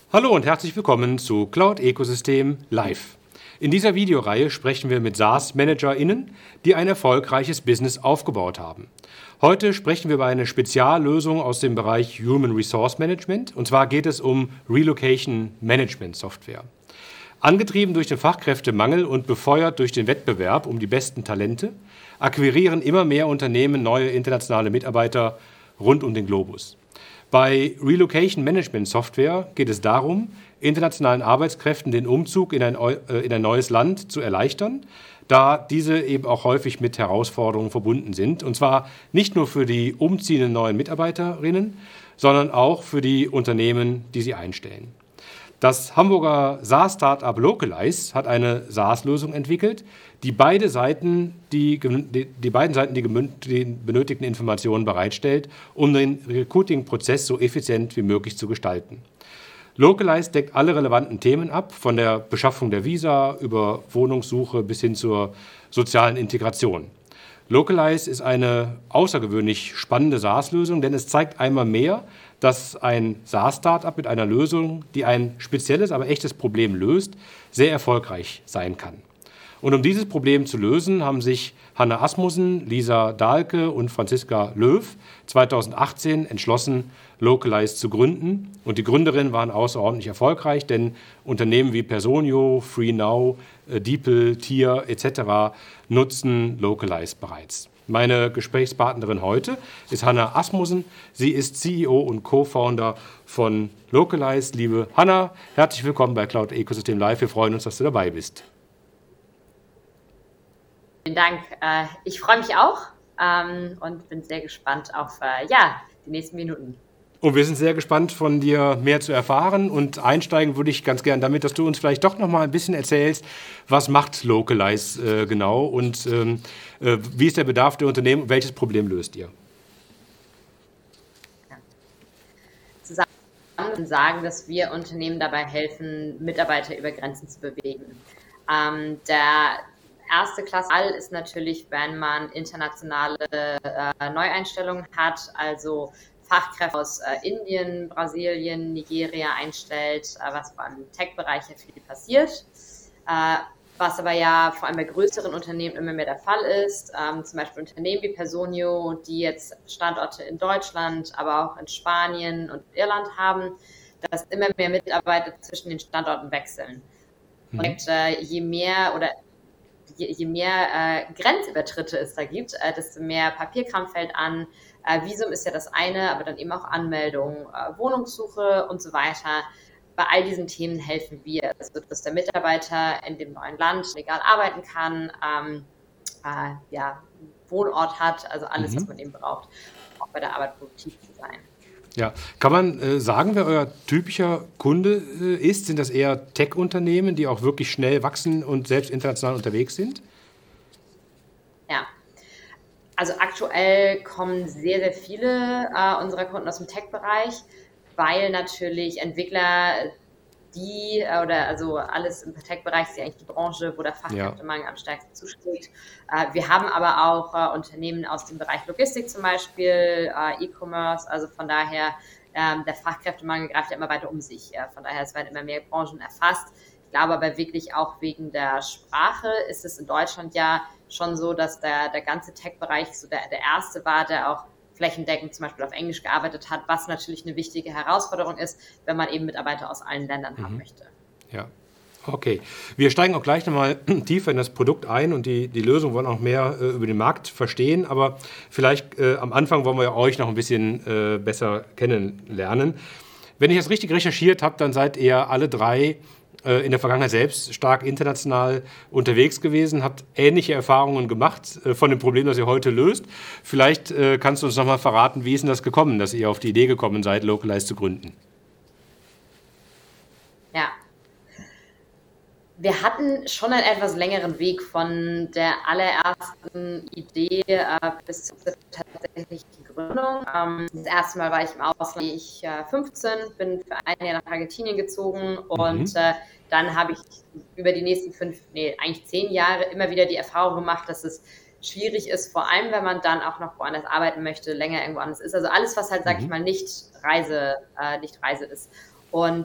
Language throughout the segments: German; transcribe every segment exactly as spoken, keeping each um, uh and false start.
Hallo und herzlich willkommen zu Cloud Ecosystem Live. In dieser Videoreihe sprechen wir mit SaaS-ManagerInnen, die ein erfolgreiches Business aufgebaut haben. Heute sprechen wir über eine Speziallösung aus dem Bereich Human Resource Management, und zwar geht es um Relocation Management Software. Angetrieben durch den Fachkräftemangel und befeuert durch den Wettbewerb um die besten Talente, akquirieren immer mehr Unternehmen neue internationale Mitarbeiter rund um den Globus. Bei Relocation Management Software geht es darum, internationalen Arbeitskräften den Umzug in ein, äh, in ein neues Land zu erleichtern, da diese eben auch häufig mit Herausforderungen verbunden sind. Und zwar nicht nur für die umziehenden neuen Mitarbeiterinnen, sondern auch für die Unternehmen, die sie einstellen. Das Hamburger SaaS-Startup Localize hat eine SaaS-Lösung entwickelt, die beide Seiten die, die, die, beiden Seiten die, die benötigten Informationen bereitstellt, um den Recruiting-Prozess so effizient wie möglich zu gestalten. Localize deckt alle relevanten Themen ab, von der Beschaffung der Visa über Wohnungssuche bis hin zur sozialen Integration. Localize ist eine außergewöhnlich spannende SaaS-Lösung, denn es zeigt einmal mehr, dass ein SaaS-Startup mit einer Lösung, die ein spezielles, aber echtes Problem löst, sehr erfolgreich sein kann. Und um dieses Problem zu lösen, haben sich Hanna Asmussen, Lisa Dahlke und Franziska Löw zweitausendachtzehn entschlossen, Localize zu gründen. Und die Gründerinnen waren außerordentlich erfolgreich, denn Unternehmen wie Personio, FreeNow, DeepL, Tier et cetera nutzen Localize bereits. Meine Gesprächspartnerin heute ist Hanna Asmussen. Sie ist C E O und Co-Founder von Localize. Liebe Hanna, herzlich willkommen bei Cloud Ecosystem Live. Wir freuen uns, dass du dabei bist. Vielen Dank. Ich freue mich auch und bin sehr gespannt auf ja, die nächsten Minuten. Und wir sind sehr gespannt, von dir mehr zu erfahren. Und einsteigen würde ich ganz gern damit, dass du uns vielleicht doch noch mal ein bisschen erzählst, was macht Localize äh, genau und ähm, äh, wie ist der Bedarf der Unternehmen und welches Problem löst ihr? Ja. Zusammen sagen, dass wir Unternehmen dabei helfen, Mitarbeiter über Grenzen zu bewegen. Ähm, der erste Klasse ist natürlich, wenn man internationale äh, Neueinstellungen hat, also Fachkräfte aus äh, Indien, Brasilien, Nigeria einstellt, äh, was vor allem im Tech-Bereich ja viel passiert, äh, was aber ja vor allem bei größeren Unternehmen immer mehr der Fall ist, ähm, zum Beispiel Unternehmen wie Personio, die jetzt Standorte in Deutschland, aber auch in Spanien und Irland haben, dass immer mehr Mitarbeiter zwischen den Standorten wechseln. Mhm. Und äh, je mehr oder je, je mehr äh, Grenzübertritte es da gibt, äh, desto mehr Papierkram fällt an. Äh, Visum ist ja das eine, aber dann eben auch Anmeldung, äh, Wohnungssuche und so weiter. Bei all diesen Themen helfen wir, also, dass der Mitarbeiter in dem neuen Land legal arbeiten kann, ähm, äh, ja, Wohnort hat, also alles, mhm. was man eben braucht, auch bei der Arbeit produktiv zu sein. Ja, kann man äh, sagen, wer euer typischer Kunde äh, ist? Sind das eher Tech-Unternehmen, die auch wirklich schnell wachsen und selbst international unterwegs sind? Ja, also aktuell kommen sehr, sehr viele äh, unserer Kunden aus dem Tech-Bereich, weil natürlich Entwickler, die, äh, oder also alles im Tech-Bereich ist ja eigentlich die Branche, wo der Fachkräftemangel ja am stärksten zuschlägt. Äh, wir haben aber auch äh, Unternehmen aus dem Bereich Logistik zum Beispiel, äh, E-Commerce, also von daher, äh, der Fachkräftemangel greift ja immer weiter um sich. Äh, von daher, es werden immer mehr Branchen erfasst. Ich glaube aber wirklich auch wegen der Sprache ist es in Deutschland ja schon so, dass der, der ganze Tech-Bereich so der, der erste war, der auch flächendeckend zum Beispiel auf Englisch gearbeitet hat, was natürlich eine wichtige Herausforderung ist, wenn man eben Mitarbeiter aus allen Ländern mhm. haben möchte. Ja, okay. Wir steigen auch gleich nochmal tiefer in das Produkt ein und die, die Lösung wollen auch mehr äh, über den Markt verstehen, aber vielleicht äh, am Anfang wollen wir euch noch ein bisschen äh, besser kennenlernen. Wenn ich das richtig recherchiert habe, dann seid ihr alle drei in der Vergangenheit selbst stark international unterwegs gewesen, habt ähnliche Erfahrungen gemacht äh, von dem Problem, das ihr heute löst. Vielleicht äh, kannst du uns noch mal verraten, wie ist denn das gekommen, dass ihr auf die Idee gekommen seid, Localize zu gründen? Ja, wir hatten schon einen etwas längeren Weg von der allerersten Idee äh, bis zur tatsächlichen Gründung. Ähm, das erste Mal war ich im Ausland, ich äh, fünfzehn, bin für ein Jahr nach Argentinien gezogen und mhm. äh, dann habe ich über die nächsten fünf, nee, eigentlich zehn Jahre immer wieder die Erfahrung gemacht, dass es schwierig ist, vor allem wenn man dann auch noch woanders arbeiten möchte, länger irgendwo anders ist. Also alles, was halt, sag mhm. ich mal, nicht Reise, äh, nicht Reise ist. Und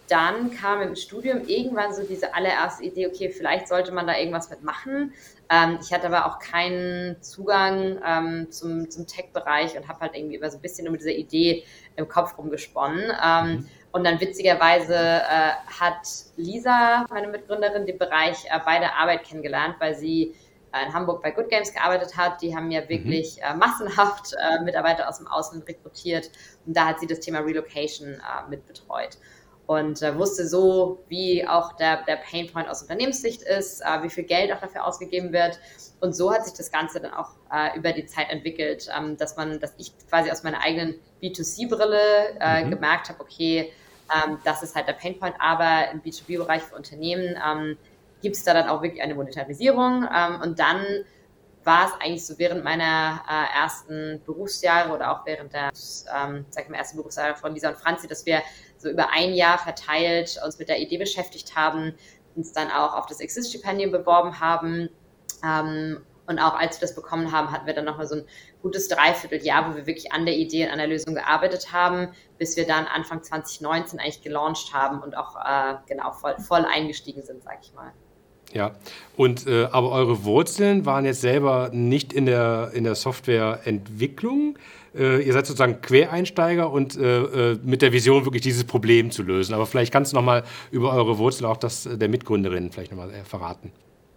dann kam im Studium irgendwann so diese allererste Idee, okay, vielleicht sollte man da irgendwas mitmachen. Ähm, ich hatte aber auch keinen Zugang ähm, zum, zum Tech-Bereich und habe halt irgendwie immer so ein bisschen über diese Idee im Kopf rumgesponnen. Ähm, Mhm. Und dann witzigerweise äh, hat Lisa, meine Mitgründerin, den Bereich äh, bei der Arbeit kennengelernt, weil sie äh, in Hamburg bei Good Games gearbeitet hat. Die haben ja wirklich Mhm. äh, massenhaft äh, Mitarbeiter aus dem Ausland rekrutiert. Und da hat sie das Thema Relocation äh, mitbetreut. Und äh, wusste so, wie auch der, der Painpoint aus Unternehmenssicht ist, äh, wie viel Geld auch dafür ausgegeben wird. Und so hat sich das Ganze dann auch äh, über die Zeit entwickelt, ähm, dass man, dass ich quasi aus meiner eigenen B zwei C-Brille äh, Mhm. gemerkt habe, okay, ähm, das ist halt der Painpoint, aber im B zwei B-Bereich für Unternehmen ähm, gibt es da dann auch wirklich eine Monetarisierung. Ähm, und dann war es eigentlich so während meiner äh, ersten Berufsjahre oder auch während der ähm, sag ich mal, ersten Berufsjahre von Lisa und Franzi, dass wir so über ein Jahr verteilt uns mit der Idee beschäftigt haben, uns dann auch auf das Exist-Stipendium beworben haben. Ähm, und auch als wir das bekommen haben, hatten wir dann nochmal so ein gutes Dreivierteljahr, wo wir wirklich an der Idee und an der Lösung gearbeitet haben, bis wir dann Anfang zwanzig neunzehn eigentlich gelauncht haben und auch äh, genau voll, voll eingestiegen sind, sag ich mal. Ja, und äh, aber eure Wurzeln waren jetzt selber nicht in der, in der Softwareentwicklung. Äh, ihr seid sozusagen Quereinsteiger und äh, äh, mit der Vision, wirklich dieses Problem zu lösen. Aber vielleicht kannst du noch mal über eure Wurzeln, auch das der Mitgründerin, vielleicht noch mal äh, verraten.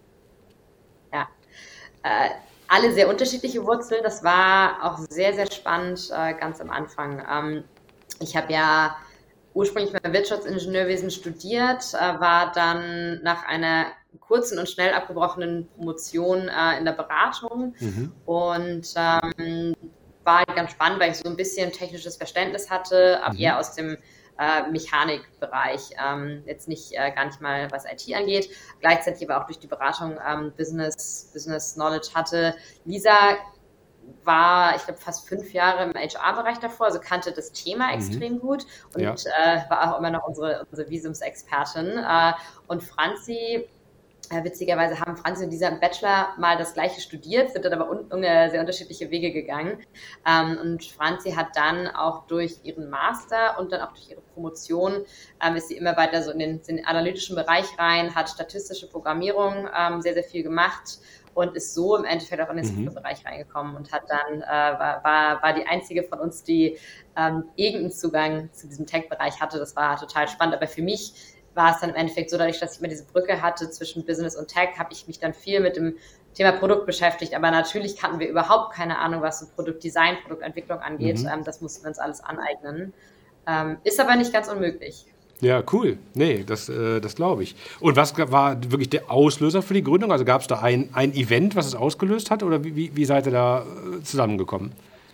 Ja, äh, alle sehr unterschiedliche Wurzeln. Das war auch sehr, sehr spannend äh, ganz am Anfang. Ähm, ich habe ja ursprünglich mal Wirtschaftsingenieurwesen studiert, äh, war dann nach einer kurzen und schnell abgebrochenen Promotion äh, in der Beratung Mhm. und ähm, war ganz spannend, weil ich so ein bisschen technisches Verständnis hatte, aber eher Mhm. aus dem äh, Mechanikbereich, ähm, jetzt nicht äh, gar nicht mal was I T angeht, gleichzeitig aber auch durch die Beratung ähm, Business, Business Knowledge hatte. Lisa war, ich glaube, fast fünf Jahre im H R-Bereich davor, also kannte das Thema Mhm. extrem gut und Ja. äh, war auch immer noch unsere, unsere Visumsexpertin. Äh, und Franzi, äh, witzigerweise haben Franzi und Lisa im Bachelor mal das gleiche studiert, sind dann aber un un sehr unterschiedliche Wege gegangen. Ähm, und Franzi hat dann auch durch ihren Master und dann auch durch ihre Promotion ähm, ist sie immer weiter so in den, in den analytischen Bereich rein, hat statistische Programmierung ähm, sehr, sehr viel gemacht und ist so im Endeffekt auch in den Mhm. Softwarebereich reingekommen und hat dann, äh, war, war, war die einzige von uns, die ähm, irgendeinen Zugang zu diesem Tech-Bereich hatte. Das war total spannend, aber für mich war es dann im Endeffekt so, dadurch, dass ich immer diese Brücke hatte zwischen Business und Tech, habe ich mich dann viel mit dem Thema Produkt beschäftigt, aber natürlich hatten wir überhaupt keine Ahnung, was so Produktdesign, Produktentwicklung angeht. Mhm. Ähm, das mussten wir uns alles aneignen. Ähm, ist aber nicht ganz unmöglich. Ja, cool. Nee, das, äh, das glaube ich. Und was war wirklich der Auslöser für die Gründung? Also gab es da ein, ein Event, was es ausgelöst hat? Oder wie, wie, wie seid ihr da äh, zusammengekommen?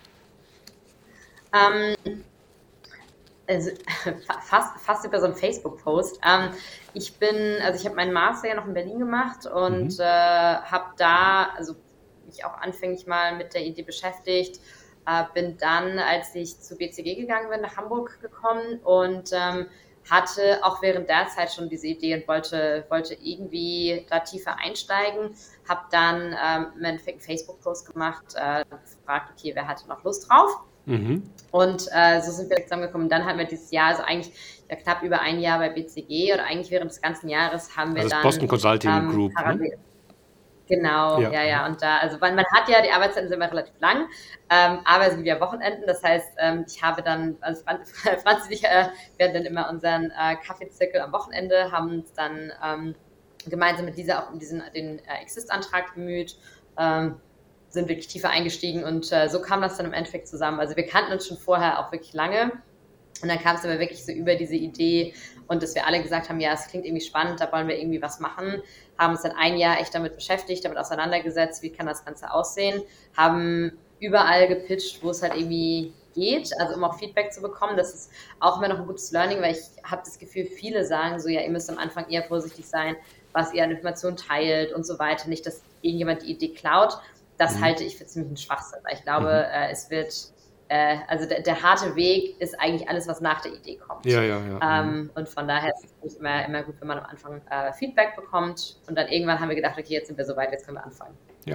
Ähm, also, fast, fast über so einen Facebook-Post. Ähm, ich bin, also ich habe meinen Master ja noch in Berlin gemacht und Mhm. äh, habe da, also mich auch anfänglich mal mit der Idee beschäftigt. Äh, bin dann, als ich zu B C G gegangen bin, nach Hamburg gekommen und ähm, hatte auch während der Zeit schon diese Idee und wollte, wollte irgendwie da tiefer einsteigen. Habe dann ähm, im Endeffekt einen Facebook-Post gemacht, äh, gefragt, okay, wer hatte noch Lust drauf? Mhm. Und äh, so sind wir zusammengekommen. Dann hatten wir dieses Jahr, also eigentlich ja, knapp über ein Jahr bei B C G oder eigentlich während des ganzen Jahres haben wir Also das dann Boston Consulting ähm, Group, ne? parallel. Genau, Ja. ja, Mhm. ja. Und da, also man, man hat ja, die Arbeitszeiten sind immer relativ lang, ähm, aber es sind ja Wochenenden. Das heißt, ähm, ich habe dann, also Franz, Franz und ich, äh, wir hatten dann immer unseren äh, Kaffeezirkel am Wochenende, haben uns dann ähm, gemeinsam mit dieser auch um diesen, den äh, Exist-Antrag bemüht, ähm, sind wirklich tiefer eingestiegen und äh, so kam das dann im Endeffekt zusammen. Also wir kannten uns schon vorher auch wirklich lange. Und dann kam es aber wirklich so über diese Idee und dass wir alle gesagt haben, ja, es klingt irgendwie spannend, da wollen wir irgendwie was machen, haben uns dann ein Jahr echt damit beschäftigt, damit auseinandergesetzt, wie kann das Ganze aussehen, haben überall gepitcht, wo es halt irgendwie geht, also um auch Feedback zu bekommen. Das ist auch immer noch ein gutes Learning, weil ich habe das Gefühl, viele sagen so, ja, ihr müsst am Anfang eher vorsichtig sein, was ihr an Informationen teilt und so weiter, nicht, dass irgendjemand die Idee klaut. Das Mhm. halte ich für ziemlich einen Schwachsinn, weil ich glaube, Mhm. äh, es wird äh, also der, der harte Weg ist eigentlich alles, was nach der Idee kommt. Ja, ja, ja. Mhm. Ähm, und von daher ist es immer, immer gut, wenn man am Anfang äh, Feedback bekommt. Und dann irgendwann haben wir gedacht, okay, jetzt sind wir soweit, jetzt können wir anfangen. Ja,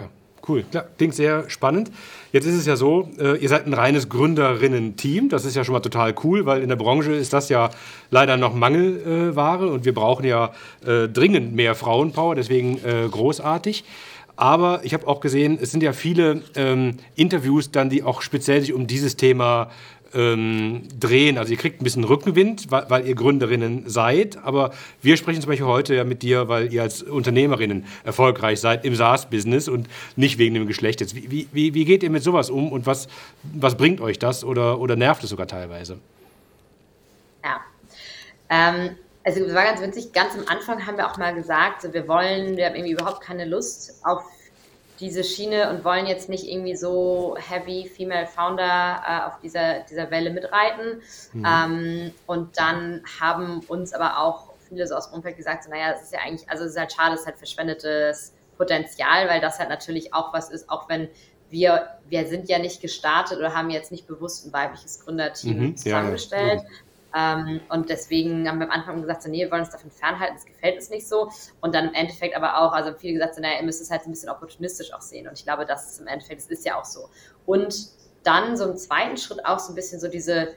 cool. Klar, klingt sehr spannend. Jetzt ist es ja so, äh, ihr seid ein reines Gründerinnen-Team. Das ist ja schon mal total cool, weil in der Branche ist das ja leider noch Mangelware äh, und wir brauchen ja äh, dringend mehr Frauenpower, deswegen äh, großartig. Aber ich habe auch gesehen, es sind ja viele ähm, Interviews dann, die auch speziell sich um dieses Thema ähm, drehen. Also ihr kriegt ein bisschen Rückenwind, weil, weil ihr Gründerinnen seid. Aber wir sprechen zum Beispiel heute ja mit dir, weil ihr als Unternehmerinnen erfolgreich seid im SaaS-Business und nicht wegen dem Geschlecht jetzt. Wie, wie, wie geht ihr mit sowas um und was, was bringt euch das oder, oder nervt es sogar teilweise? Ja, ähm, also es war ganz witzig, ganz am Anfang haben wir auch mal gesagt, so, wir wollen, wir haben irgendwie überhaupt keine Lust auf diese Schiene und wollen jetzt nicht irgendwie so heavy Female Founder äh, auf dieser, dieser Welle mitreiten. Mhm. Ähm, und dann haben uns aber auch viele so aus dem Umfeld gesagt, so, naja, es ist ja eigentlich, also es ist halt schade, es ist halt verschwendetes Potenzial, weil das halt natürlich auch was ist, auch wenn wir, wir sind ja nicht gestartet oder haben jetzt nicht bewusst ein weibliches Gründerteam mhm, zusammengestellt. Ja, ja. Um, und deswegen haben wir am Anfang gesagt, so, nee, wir wollen uns davon fernhalten, das gefällt uns nicht so. Und dann im Endeffekt aber auch, also viele gesagt, so, naja, ihr müsst es halt ein bisschen opportunistisch auch sehen. Und ich glaube, das ist im Endeffekt, das ist ja auch so. Und dann so im zweiten Schritt auch so ein bisschen so diese,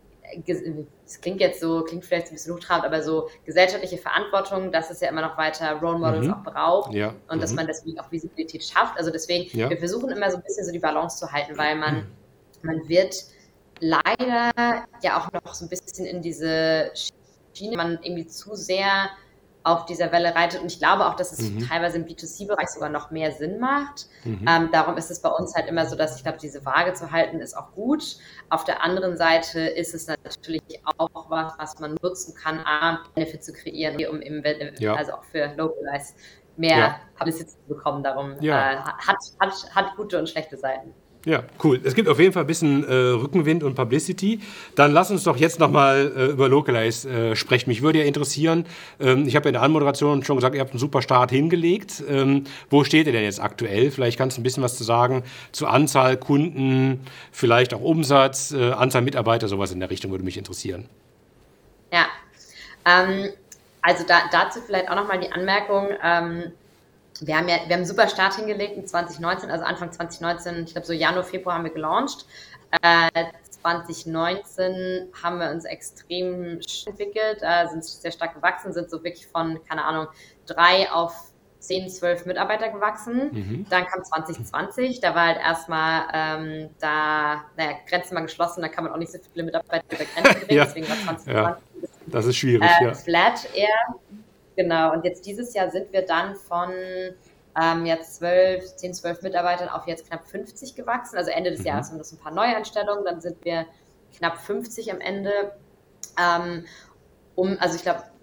das klingt jetzt so, klingt vielleicht ein bisschen hochtrabend, aber so gesellschaftliche Verantwortung, dass es ja immer noch weiter Role Models mhm. auch braucht ja. und mhm. dass man deswegen auch Visibilität schafft. Also deswegen, ja. wir versuchen immer so ein bisschen so die Balance zu halten, weil man, mhm. man wird leider ja auch noch so ein bisschen in diese Schiene, man irgendwie zu sehr auf dieser Welle reitet. Und ich glaube auch, dass es mhm. teilweise im B zwei C-Bereich sogar noch mehr Sinn macht. Mhm. Ähm, darum ist es bei uns halt immer so, dass ich glaube, diese Waage zu halten ist auch gut. Auf der anderen Seite ist es natürlich auch was, was man nutzen kann, A, Benefit zu kreieren, um im, ja. also auch für Localize mehr ja. Publicity zu bekommen. Darum ja. äh, hat, hat, hat gute und schlechte Seiten. Ja, cool. Es gibt auf jeden Fall ein bisschen äh, Rückenwind und Publicity. Dann lass uns doch jetzt nochmal äh, über Localize äh, sprechen. Mich würde ja interessieren, ähm, ich habe ja in der Anmoderation schon gesagt, ihr habt einen super Start hingelegt. Ähm, wo steht ihr denn jetzt aktuell? Vielleicht kannst du ein bisschen was zu sagen zu Anzahl Kunden, vielleicht auch Umsatz, äh, Anzahl Mitarbeiter, sowas in der Richtung würde mich interessieren. Ja, ähm, also da, dazu vielleicht auch nochmal die Anmerkung, ähm, Wir haben ja, wir haben einen super Start hingelegt in zwanzig neunzehn, also Anfang zwanzig neunzehn, ich glaube so Januar, Februar haben wir gelauncht. Äh, zwanzig neunzehn haben wir uns extrem entwickelt, äh, sind sehr stark gewachsen, sind so wirklich von, keine Ahnung, drei auf zehn, zwölf Mitarbeiter gewachsen. Mhm. Dann kam zwanzig zwanzig, da war halt erstmal, ähm, da, naja, Grenzen waren geschlossen, da kann man auch nicht so viele Mitarbeiter über Grenzen bringen, ja. deswegen war zwanzig zwanzig ja. ein bisschen, das ist schwierig, äh, ja. flat eher. Genau, und jetzt dieses Jahr sind wir dann von ähm, jetzt zwölf, zehn, zwölf Mitarbeitern auf jetzt knapp fünfzig gewachsen. Also Ende des mhm. Jahres sind das ein paar Neueinstellungen, dann sind wir knapp fünfzig am Ende. Ähm, um, also ich glaube,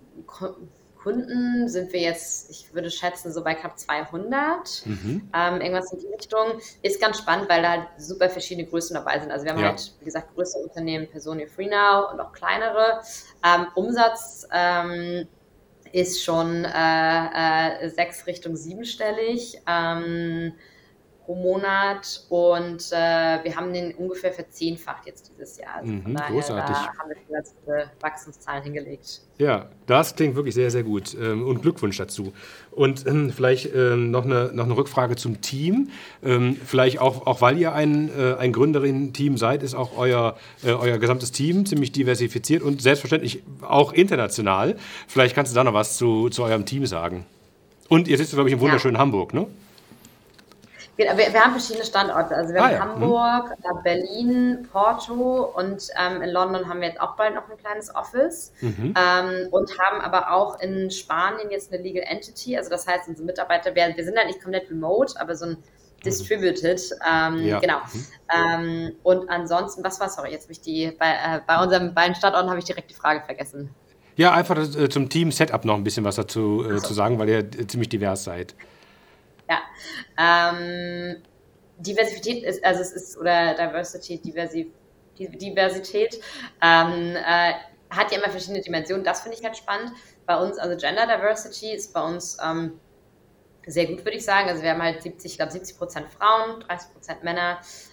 Kunden sind wir jetzt, ich würde schätzen, so bei knapp zweihundert. Mhm. Ähm, irgendwas in die Richtung. Ist ganz spannend, weil da halt super verschiedene Größen dabei sind. Also wir haben ja. halt, wie gesagt, größere Unternehmen, Personio Freenow und auch kleinere. Ähm, Umsatz ähm, ist schon äh, äh, sechs Richtung siebenstellig ähm, pro Monat und äh, wir haben den ungefähr verzehnfacht jetzt dieses Jahr. Also von mhm, daher großartig. Da haben wir ganz gute Wachstumszahlen hingelegt. Ja, das klingt wirklich sehr, sehr gut ähm, und Glückwunsch dazu. Und ähm, vielleicht ähm, noch, eine, noch eine Rückfrage zum Team. Ähm, vielleicht auch, auch weil ihr ein, äh, ein Gründerinnen-Team seid, ist auch euer, äh, euer gesamtes Team ziemlich diversifiziert und selbstverständlich auch international. Vielleicht kannst du da noch was zu, zu eurem Team sagen. Und ihr sitzt, glaube ich, im wunderschönen ja. Hamburg, ne? Wir, wir haben verschiedene Standorte. Also wir ah, haben ja. Hamburg, hm. Berlin, Porto und ähm, in London haben wir jetzt auch bald noch ein kleines Office mhm. ähm, und haben aber auch in Spanien jetzt eine Legal Entity. Also das heißt, unsere Mitarbeiter, wir, wir sind halt nicht komplett remote, aber so ein distributed. Ähm, ja. Genau. Mhm. Ähm, und ansonsten, was war, sorry, jetzt habe ich die, bei, äh, bei unseren beiden Standorten habe ich direkt die Frage vergessen. Ja, einfach das, äh, zum Team-Setup noch ein bisschen was dazu äh, so. zu sagen, weil ihr äh, ziemlich divers seid. Ja, ähm, Diversität ist, also es ist, oder Diversity, Diversi, Diversität, ähm, äh, hat ja immer verschiedene Dimensionen, das finde ich halt spannend. Bei uns, also Gender Diversity ist bei uns ähm, sehr gut, würde ich sagen. Also wir haben halt siebzig, ich glaube siebzig Prozent Frauen, dreißig Prozent Männer.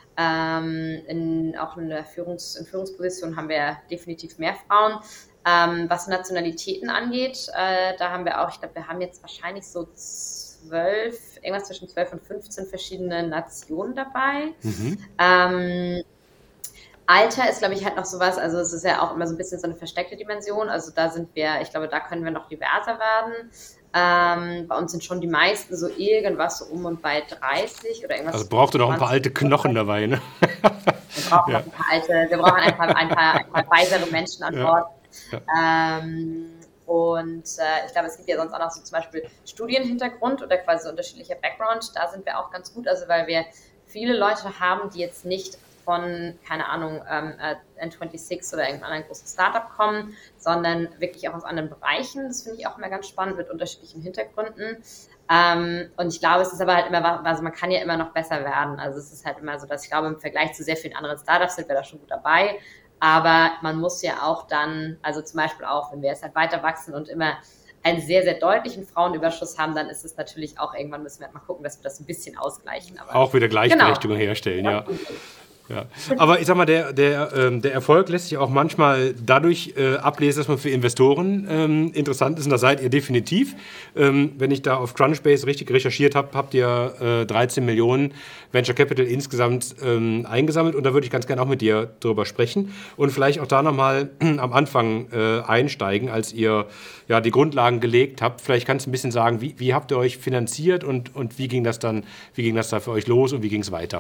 Ähm, in, auch in der Führungs-, in Führungsposition haben wir definitiv mehr Frauen. Ähm, was Nationalitäten angeht, äh, da haben wir auch, ich glaube, wir haben jetzt wahrscheinlich so zwölf, irgendwas zwischen zwölf und fünfzehn verschiedene Nationen dabei. Mhm. Ähm, Alter ist, glaube ich, halt noch sowas, also es ist ja auch immer so ein bisschen so eine versteckte Dimension, also da sind wir, ich glaube, da können wir noch diverser werden. Ähm, bei uns sind schon die meisten so irgendwas so um und bei dreißig oder irgendwas. Also braucht ihr noch ein paar alte zwanzig. Knochen dabei, ne? Wir brauchen Ja. noch ein paar alte, wir brauchen ein paar, ein paar, ein paar weisere Menschen an Ja. Bord. Ja. Ähm, und äh, ich glaube, es gibt ja sonst auch noch so zum Beispiel Studienhintergrund oder quasi so unterschiedlicher Background. Da sind wir auch ganz gut, also weil wir viele Leute haben, die jetzt nicht von, keine Ahnung, ähm, äh, N sechsundzwanzig oder irgendeinem anderen großen Startup kommen, sondern wirklich auch aus anderen Bereichen. Das finde ich auch immer ganz spannend mit unterschiedlichen Hintergründen. Ähm, und ich glaube, es ist aber halt immer, also man kann ja immer noch besser werden. Also es ist halt immer so, dass ich glaube, im Vergleich zu sehr vielen anderen Startups sind wir da schon gut dabei. Aber man muss ja auch dann, also zum Beispiel auch, wenn wir jetzt halt weiter wachsen und immer einen sehr, sehr deutlichen Frauenüberschuss haben, dann ist es natürlich auch, irgendwann müssen wir halt mal gucken, dass wir das ein bisschen ausgleichen. Aber Auch wieder Gleichberechtigung genau. herstellen, ja. Ja. Aber ich sag mal, der, der, ähm, der Erfolg lässt sich auch manchmal dadurch äh, ablesen, dass man für Investoren ähm, interessant ist. Und da seid ihr definitiv. Ähm, wenn ich da auf Crunchbase richtig recherchiert habe, habt ihr äh, dreizehn Millionen Venture Capital insgesamt ähm, eingesammelt. Und da würde ich ganz gerne auch mit dir drüber sprechen. Und vielleicht auch da nochmal am Anfang äh, einsteigen, als ihr ja, die Grundlagen gelegt habt. Vielleicht kannst du ein bisschen sagen, wie, wie habt ihr euch finanziert und, und wie ging das dann, wie ging das da für euch los und wie ging es weiter?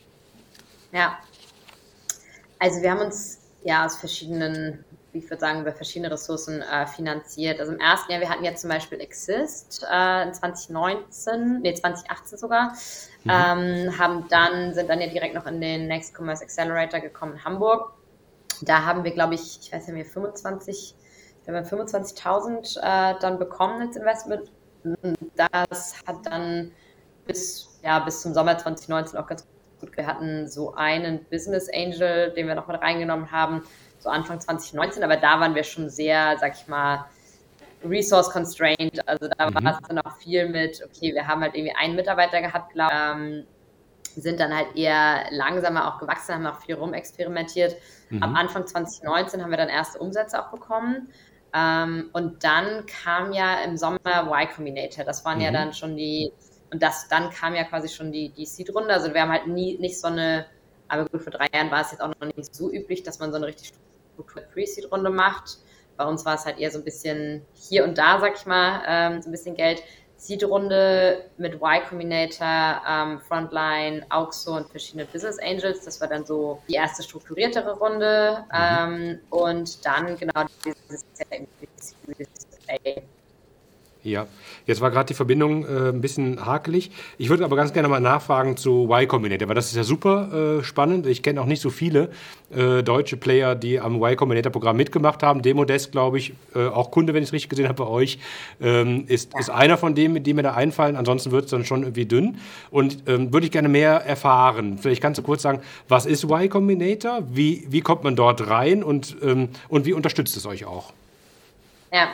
Ja, also wir haben uns ja aus verschiedenen, wie ich würde sagen, über verschiedene Ressourcen äh, finanziert. Also im ersten Jahr, wir hatten ja zum Beispiel Exist äh, in zwanzig neunzehn, nee zwanzig achtzehn sogar, mhm. ähm, haben dann, sind dann ja direkt noch in den Next Commerce Accelerator gekommen in Hamburg. Da haben wir, glaube ich, ich weiß nicht mehr, fünfundzwanzig, ich glaube fünfundzwanzigtausend äh, dann bekommen als Investment. Das hat dann bis, ja, bis zum Sommer zwanzig neunzehn auch ganz gut. Gut, wir hatten so einen Business Angel, den wir noch mit reingenommen haben, so Anfang zwanzig neunzehn, aber da waren wir schon sehr, sag ich mal, resource constrained. Also da mhm. war es dann auch viel mit, okay, wir haben halt irgendwie einen Mitarbeiter gehabt, glaube ich, ähm, sind dann halt eher langsamer auch gewachsen, haben auch viel rumexperimentiert. Mhm. Ab Anfang zwanzig neunzehn haben wir dann erste Umsätze auch bekommen. Ähm, und dann kam ja im Sommer Y Combinator. Das waren mhm. ja dann schon die Und das, dann kam ja quasi schon die, die Seed-Runde. Also wir haben halt nie nicht so eine, aber gut, vor drei Jahren war es jetzt auch noch nicht so üblich, dass man so eine richtig strukturierte Pre-Seed-Runde macht. Bei uns war es halt eher so ein bisschen hier und da, sag ich mal, ähm, so ein bisschen Geld. Seed-Runde mit Y Combinator, ähm, Frontline, Auxo und verschiedene Business Angels. Das war dann so die erste strukturiertere Runde. Mhm. Ähm, und dann genau dieses Series A. Ja, jetzt war gerade die Verbindung äh, ein bisschen hakelig. Ich würde aber ganz gerne mal nachfragen zu Y Combinator, weil das ist ja super äh, spannend. Ich kenne auch nicht so viele äh, deutsche Player, die am Y Combinator-Programm mitgemacht haben. Demodesk, glaube ich, äh, auch Kunde, wenn ich es richtig gesehen habe bei euch, ähm, ist, ist einer von denen, die mir da einfallen. Ansonsten wird es dann schon irgendwie dünn. Und ähm, würde ich gerne mehr erfahren. Vielleicht kannst du kurz sagen, was ist Y Combinator? Wie, wie kommt man dort rein und, ähm, und wie unterstützt es euch auch? Ja.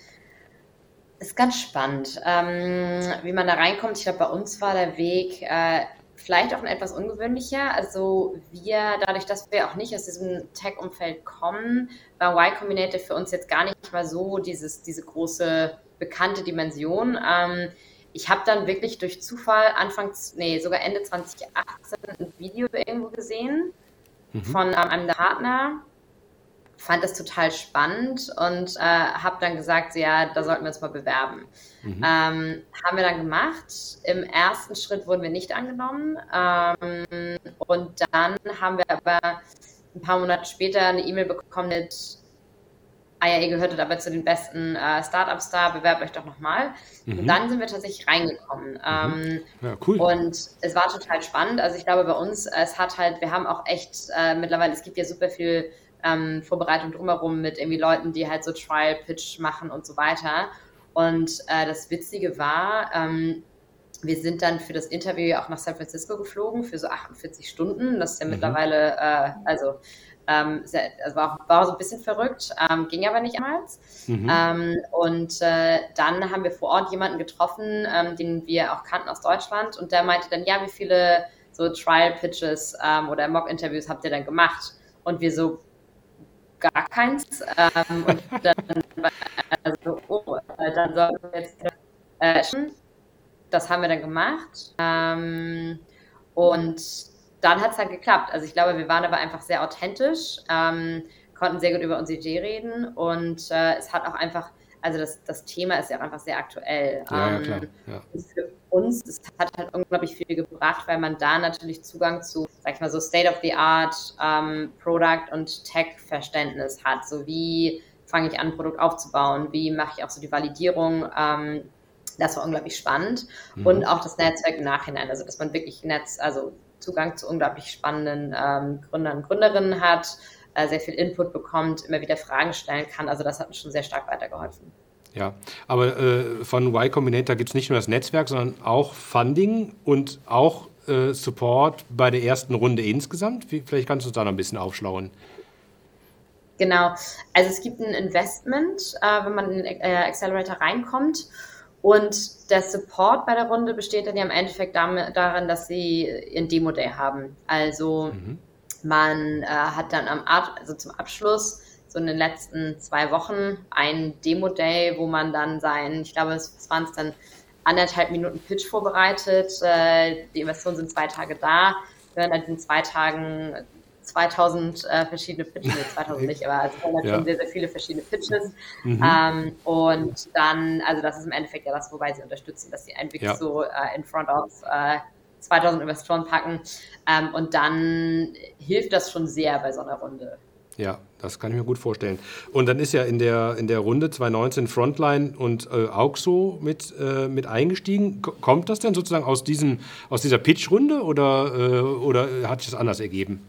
Ist ganz spannend, ähm, wie man da reinkommt. Ich glaube, bei uns war der Weg äh, vielleicht auch ein etwas ungewöhnlicher. Also wir, dadurch, dass wir auch nicht aus diesem Tech-Umfeld kommen, war Y Combinator für uns jetzt gar nicht mal so dieses, diese große bekannte Dimension. Ähm, ich habe dann wirklich durch Zufall Anfangs, nee, sogar Ende zwanzig achtzehn ein Video irgendwo gesehen mhm. von ähm, einem Partner. Fand das total spannend und äh, habe dann gesagt, so, ja, da sollten wir uns mal bewerben. Mhm. Ähm, haben wir dann gemacht. Im ersten Schritt wurden wir nicht angenommen. Ähm, und dann haben wir aber ein paar Monate später eine E-Mail bekommen mit, ah ja, ihr gehörtet aber zu den besten äh, Startups da, bewerbt euch doch nochmal. Mhm. Und dann sind wir tatsächlich reingekommen. Mhm. Ähm, ja, cool. Und es war total spannend. Also ich glaube, bei uns, es hat halt, wir haben auch echt äh, mittlerweile, es gibt ja super viel Ähm, Vorbereitung drumherum mit irgendwie Leuten, die halt so Trial-Pitch machen und so weiter. Und äh, das Witzige war, ähm, wir sind dann für das Interview auch nach San Francisco geflogen für so achtundvierzig Stunden. Das ist ja mhm. mittlerweile, äh, also, ähm, sehr, also war, war so ein bisschen verrückt, ähm, ging aber nicht damals. Mhm. Ähm, und äh, dann haben wir vor Ort jemanden getroffen, ähm, den wir auch kannten aus Deutschland. Und der meinte dann, ja, wie viele so Trial-Pitches ähm, oder Mock-Interviews habt ihr dann gemacht? Und wir so, gar keins. Ähm, und dann war also, oh, dann sollten wir jetzt äh, das haben wir dann gemacht. Ähm, und dann hat es halt geklappt. Also ich glaube, wir waren aber einfach sehr authentisch, ähm, konnten sehr gut über unsere Idee reden und äh, es hat auch einfach, also das, das Thema ist ja auch einfach sehr aktuell. Ja, ja, Ähm, klar. Ja. für uns, es hat halt unglaublich viel gebracht, weil man da natürlich Zugang zu, sag ich mal so, State-of-the-Art ähm, Product- und Tech-Verständnis hat. So wie fange ich an, ein Produkt aufzubauen, wie mache ich auch so die Validierung. Ähm, das war unglaublich spannend. Mhm. Und auch das Netzwerk im Nachhinein, also dass man wirklich Netz, also Zugang zu unglaublich spannenden ähm, Gründern und Gründerinnen hat, äh, sehr viel Input bekommt, immer wieder Fragen stellen kann. Also das hat uns schon sehr stark weitergeholfen. Ja, aber äh, von Y Combinator gibt es nicht nur das Netzwerk, sondern auch Funding und auch äh, Support bei der ersten Runde insgesamt. Wie, vielleicht kannst du uns da noch ein bisschen aufschlauen. Genau, also es gibt ein Investment, äh, wenn man in den äh, Accelerator reinkommt. Und der Support bei der Runde besteht dann ja im Endeffekt damit, darin, dass sie ein Demo-Day haben. Also Mhm. man äh, hat dann am Ab also zum Abschluss so in den letzten zwei Wochen einen Demo-Day, wo man dann sein, ich glaube, es waren es dann anderthalb Minuten Pitch vorbereitet. Äh, die Investoren sind zwei Tage da. Wir werden in diesen zwei Tagen zweitausend äh, verschiedene Pitches, nee, zweitausend nicht, aber es waren Ja. schon sehr, sehr viele verschiedene Pitches. Mhm. Ähm, und dann, also das ist im Endeffekt ja das, wobei sie unterstützen, dass sie einen wirklich Ja. so äh, in front of äh, zweitausend Investoren packen. Ähm, und dann hilft das schon sehr bei so einer Runde. Ja, das kann ich mir gut vorstellen. Und dann ist ja in der, in der Runde zwanzig neunzehn Frontline und äh, Auxo mit, äh, mit eingestiegen. K- Kommt das denn sozusagen aus, diesem, aus dieser Pitch-Runde oder, äh, oder hat sich das anders ergeben?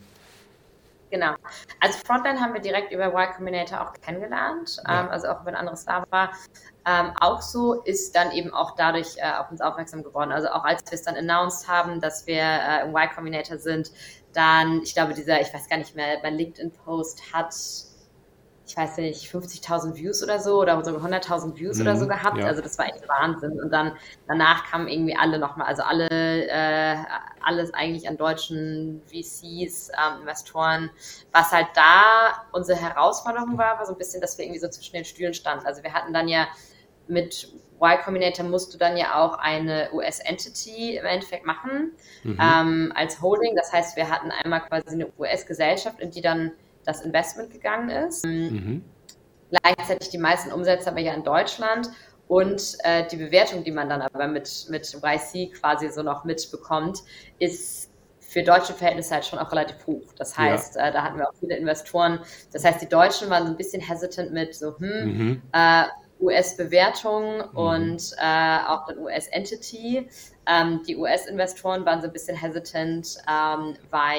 Genau. Also Frontline haben wir direkt über Y Combinator auch kennengelernt, Ja. ähm, also auch wenn ein anderes da war. Ähm, auch so ist dann eben auch dadurch äh, auf uns aufmerksam geworden. Also auch als wir es dann announced haben, dass wir äh, im Y Combinator sind, dann, ich glaube, dieser, ich weiß gar nicht mehr, mein LinkedIn-Post hat, ich weiß nicht, fünfzigtausend Views oder so oder sogar hunderttausend Views Mhm, oder so gehabt. ja. Also das war echt Wahnsinn. Und dann danach kamen irgendwie alle nochmal, also alle, äh, alles eigentlich an deutschen V Cs, ähm, Investoren. Was halt da unsere Herausforderung war, war so ein bisschen, dass wir irgendwie so zwischen den Stühlen standen. Also wir hatten dann ja mit Y Combinator musst du dann ja auch eine U S-Entity im Endeffekt machen, Mhm. ähm, als Holding. Das heißt, wir hatten einmal quasi eine U S-Gesellschaft, in die dann das Investment gegangen ist. Mhm. Gleichzeitig die meisten Umsätze aber ja in Deutschland und äh, die Bewertung, die man dann aber mit, mit Y C quasi so noch mitbekommt, ist für deutsche Verhältnisse halt schon auch relativ hoch. Das heißt, Ja. äh, da hatten wir auch viele Investoren. Das heißt, die Deutschen waren so ein bisschen hesitant mit so, hm, Mhm. äh, U S-Bewertung Mhm. und äh, auch eine U S-Entity. Ähm, die U S-Investoren waren so ein bisschen hesitant, ähm,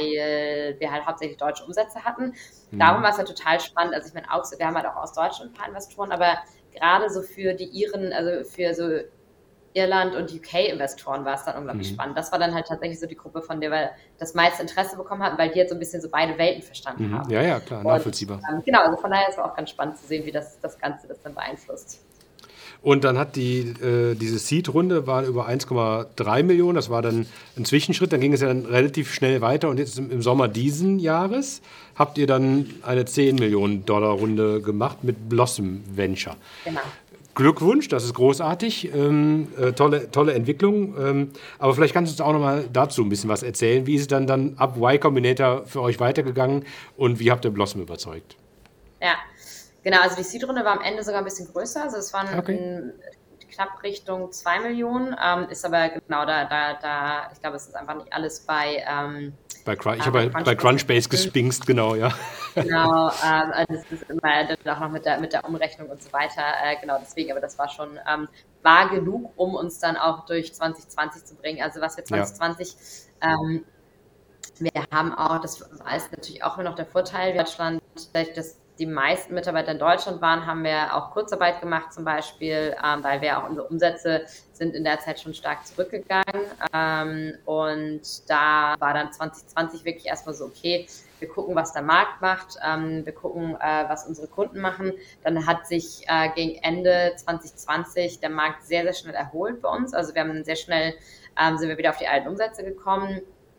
weil wir halt hauptsächlich deutsche Umsätze hatten. Darum Mhm. war es ja total spannend. Also ich meine, auch, wir haben halt auch aus Deutschland ein paar Investoren, aber gerade so für die Iren, also für so Irland- und U K-Investoren war es dann unglaublich Mhm. spannend. Das war dann halt tatsächlich so die Gruppe, von der wir das meiste Interesse bekommen hatten, weil die jetzt so ein bisschen so beide Welten verstanden Mhm. haben. Ja, ja, klar, Und nachvollziehbar. ähm, genau, also von daher ist es auch ganz spannend zu sehen, wie das, das Ganze das dann beeinflusst. Und dann hat die, äh, diese Seed-Runde war über eins Komma drei Millionen, das war dann ein Zwischenschritt, dann ging es ja dann relativ schnell weiter und jetzt im, im Sommer diesen Jahres habt ihr dann eine zehn Millionen Dollar Runde gemacht mit Blossom Venture. Genau. Glückwunsch, das ist großartig, ähm, äh, tolle, tolle Entwicklung. Ähm, aber vielleicht kannst du uns auch noch mal dazu ein bisschen was erzählen. Wie ist es dann, dann ab Y Combinator für euch weitergegangen und wie habt ihr Blossom überzeugt? Ja, genau, also die Seed-Runde war am Ende sogar ein bisschen größer, also es waren Okay. in, knapp Richtung zwei Millionen, ähm, ist aber genau da, da, da, ich glaube, es ist einfach nicht alles bei, ähm, Bei Crunch, ich äh, habe bei bei, bei Crunchbase gespinkst, genau, ja. Genau, ähm, also das ist immer dann auch noch mit der, mit der Umrechnung und so weiter, äh, genau deswegen, aber das war schon, ähm, war genug, um uns dann auch durch zwanzig zwanzig zu bringen. Also was wir Ja. zwanzig zwanzig, ähm, wir haben auch, das ist natürlich auch immer noch der Vorteil, wir Deutschland, dadurch, dass die meisten Mitarbeiter in Deutschland waren, haben wir auch Kurzarbeit gemacht zum Beispiel, ähm, weil wir auch unsere Umsätze sind in der Zeit schon stark zurückgegangen. Ähm, und da war dann zwanzig zwanzig wirklich erstmal so, okay, wir gucken, was der Markt macht, ähm, wir gucken, äh, was unsere Kunden machen. Dann hat sich äh, gegen Ende zwanzig zwanzig der Markt sehr, sehr schnell erholt bei uns. Also wir haben sehr schnell, ähm, sind wir wieder auf die alten Umsätze gekommen.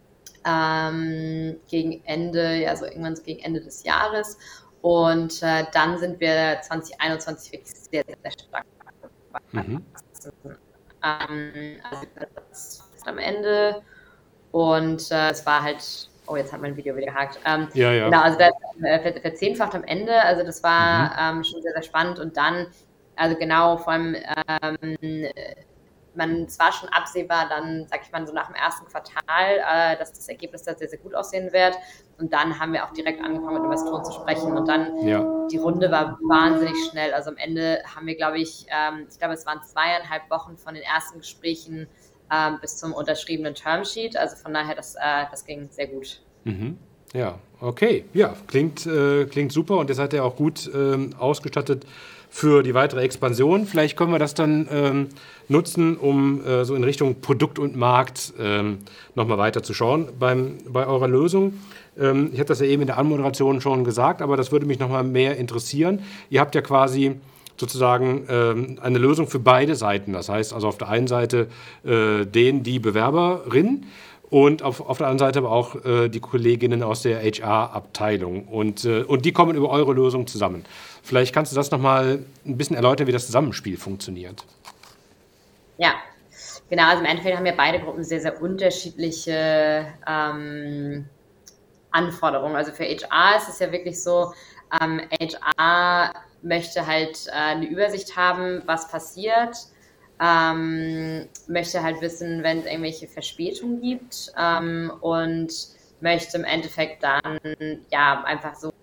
Ähm, gegen Ende, also irgendwann so gegen Ende des Jahres. Und äh, dann sind wir zwanzig einundzwanzig wirklich sehr, sehr stark Mhm. gewachsen. Ähm, also das am Ende. Und äh, es war halt, oh, jetzt hat mein Video wieder gehakt. Ähm, Ja, ja. Genau, also das äh, ver- verzehnfacht am Ende. Also das war Mhm. ähm, schon sehr, sehr spannend. Und dann, also genau, vor allem, ähm, man, es war schon absehbar, dann, sag ich mal, so nach dem ersten Quartal, äh, dass das Ergebnis da sehr, sehr gut aussehen wird. Und dann haben wir auch direkt angefangen, mit Investoren zu sprechen. Und dann, Ja. die Runde war wahnsinnig schnell. Also am Ende haben wir, glaube ich, ähm, ich glaube, es waren zweieinhalb Wochen von den ersten Gesprächen ähm, bis zum unterschriebenen Termsheet. Also von daher, das, äh, das ging sehr gut. Mhm. Ja, okay. Ja, klingt, äh, klingt super und ihr seid ja auch gut ähm, ausgestattet für die weitere Expansion. Vielleicht können wir das dann ähm, nutzen, um äh, so in Richtung Produkt und Markt ähm, nochmal weiter zu schauen beim, bei eurer Lösung. Ähm, ich hatte das ja eben in der Anmoderation schon gesagt, aber das würde mich nochmal mehr interessieren. Ihr habt ja quasi sozusagen ähm, eine Lösung für beide Seiten. Das heißt also auf der einen Seite äh, den, die Bewerberin und auf, auf der anderen Seite aber auch äh, die Kolleginnen aus der H R-Abteilung. Und, äh, und die kommen über eure Lösung zusammen. Vielleicht kannst du das nochmal ein bisschen erläutern, wie das Zusammenspiel funktioniert. Ja, genau. Also im Endeffekt haben ja beide Gruppen sehr, sehr unterschiedliche ähm, Anforderungen. Also für H R ist es ja wirklich so, ähm, H R möchte halt äh, eine Übersicht haben, was passiert, ähm, möchte halt wissen, wenn es irgendwelche Verspätungen gibt ähm, und möchte im Endeffekt dann ja einfach so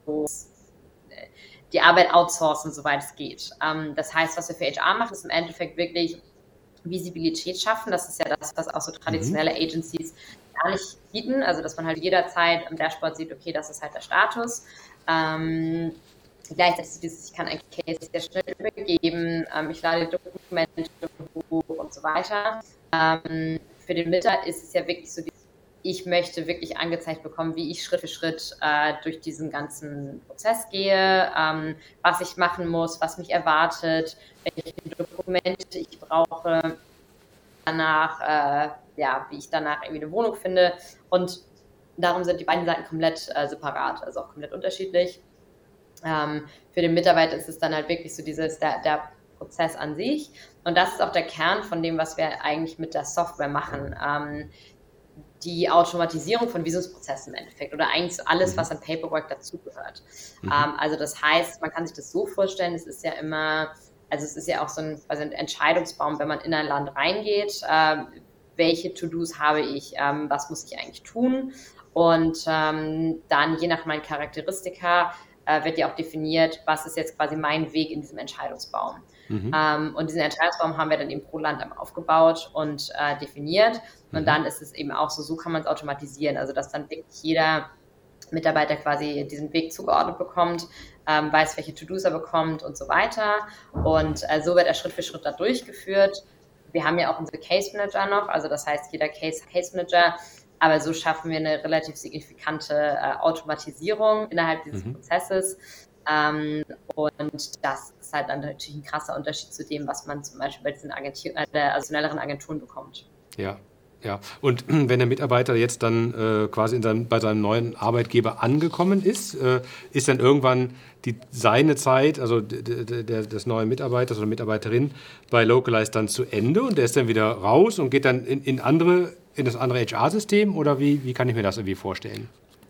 die Arbeit outsourcen, soweit es geht. Ähm, das heißt, was wir für H R machen, ist im Endeffekt wirklich Visibilität schaffen. Das ist ja das, was auch so traditionelle Mhm. Agencies gar nicht bieten. Also, dass man halt jederzeit am Dashboard sieht, okay, das ist halt der Status. Ähm, gleichzeitig dieses, ich kann ein Case sehr schnell übergeben, ähm, ich lade Dokumente hoch und so weiter. Ähm, für den Mitarbeiter ist es ja wirklich so, ich möchte wirklich angezeigt bekommen, wie ich Schritt für Schritt äh, durch diesen ganzen Prozess gehe, ähm, was ich machen muss, was mich erwartet, welche Dokumente ich brauche, danach, äh, ja, wie ich danach irgendwie eine Wohnung finde. Und darum sind die beiden Seiten komplett äh, separat, also auch komplett unterschiedlich. Ähm, für den Mitarbeiter ist es dann halt wirklich so dieses, der, der Prozess an sich. Und das ist auch der Kern von dem, was wir eigentlich mit der Software machen. Ähm, die Automatisierung von Visumsprozessen im Endeffekt oder eigentlich so alles, Mhm. was an Paperwork dazugehört. Mhm. Ähm, also das heißt, man kann sich das so vorstellen, es ist ja immer, also es ist ja auch so ein, also ein Entscheidungsbaum, wenn man in ein Land reingeht, äh, welche To-Dos habe ich, ähm, was muss ich eigentlich tun und ähm, dann je nach meinen Charakteristika äh, wird ja auch definiert, was ist jetzt quasi mein Weg in diesem Entscheidungsbaum. Mhm. Ähm, und diesen Entscheidungsbaum haben wir dann eben pro Land aufgebaut und äh, definiert. Und Mhm. dann ist es eben auch so, so kann man es automatisieren, also dass dann wirklich jeder Mitarbeiter quasi diesen Weg zugeordnet bekommt, ähm, weiß, welche To-Dos er bekommt und so weiter. Und äh, so wird er Schritt für Schritt da durchgeführt. Wir haben ja auch unsere Case Manager noch, also das heißt, jeder Case Case Manager, aber so schaffen wir eine relativ signifikante äh, Automatisierung innerhalb dieses Mhm. Prozesses. Ähm, und das ist halt dann natürlich ein krasser Unterschied zu dem, was man zum Beispiel bei diesen Agentur, äh, also schnelleren Agenturen bekommt. Ja, ja. Und wenn der Mitarbeiter jetzt dann äh, quasi in seinem, bei seinem neuen Arbeitgeber angekommen ist, äh, ist dann irgendwann die, seine Zeit, also d- d- der, des neuen Mitarbeiters oder Mitarbeiterin bei Localize dann zu Ende und der ist dann wieder raus und geht dann in, in, andere, in das andere H R-System oder wie, wie kann ich mir das irgendwie vorstellen?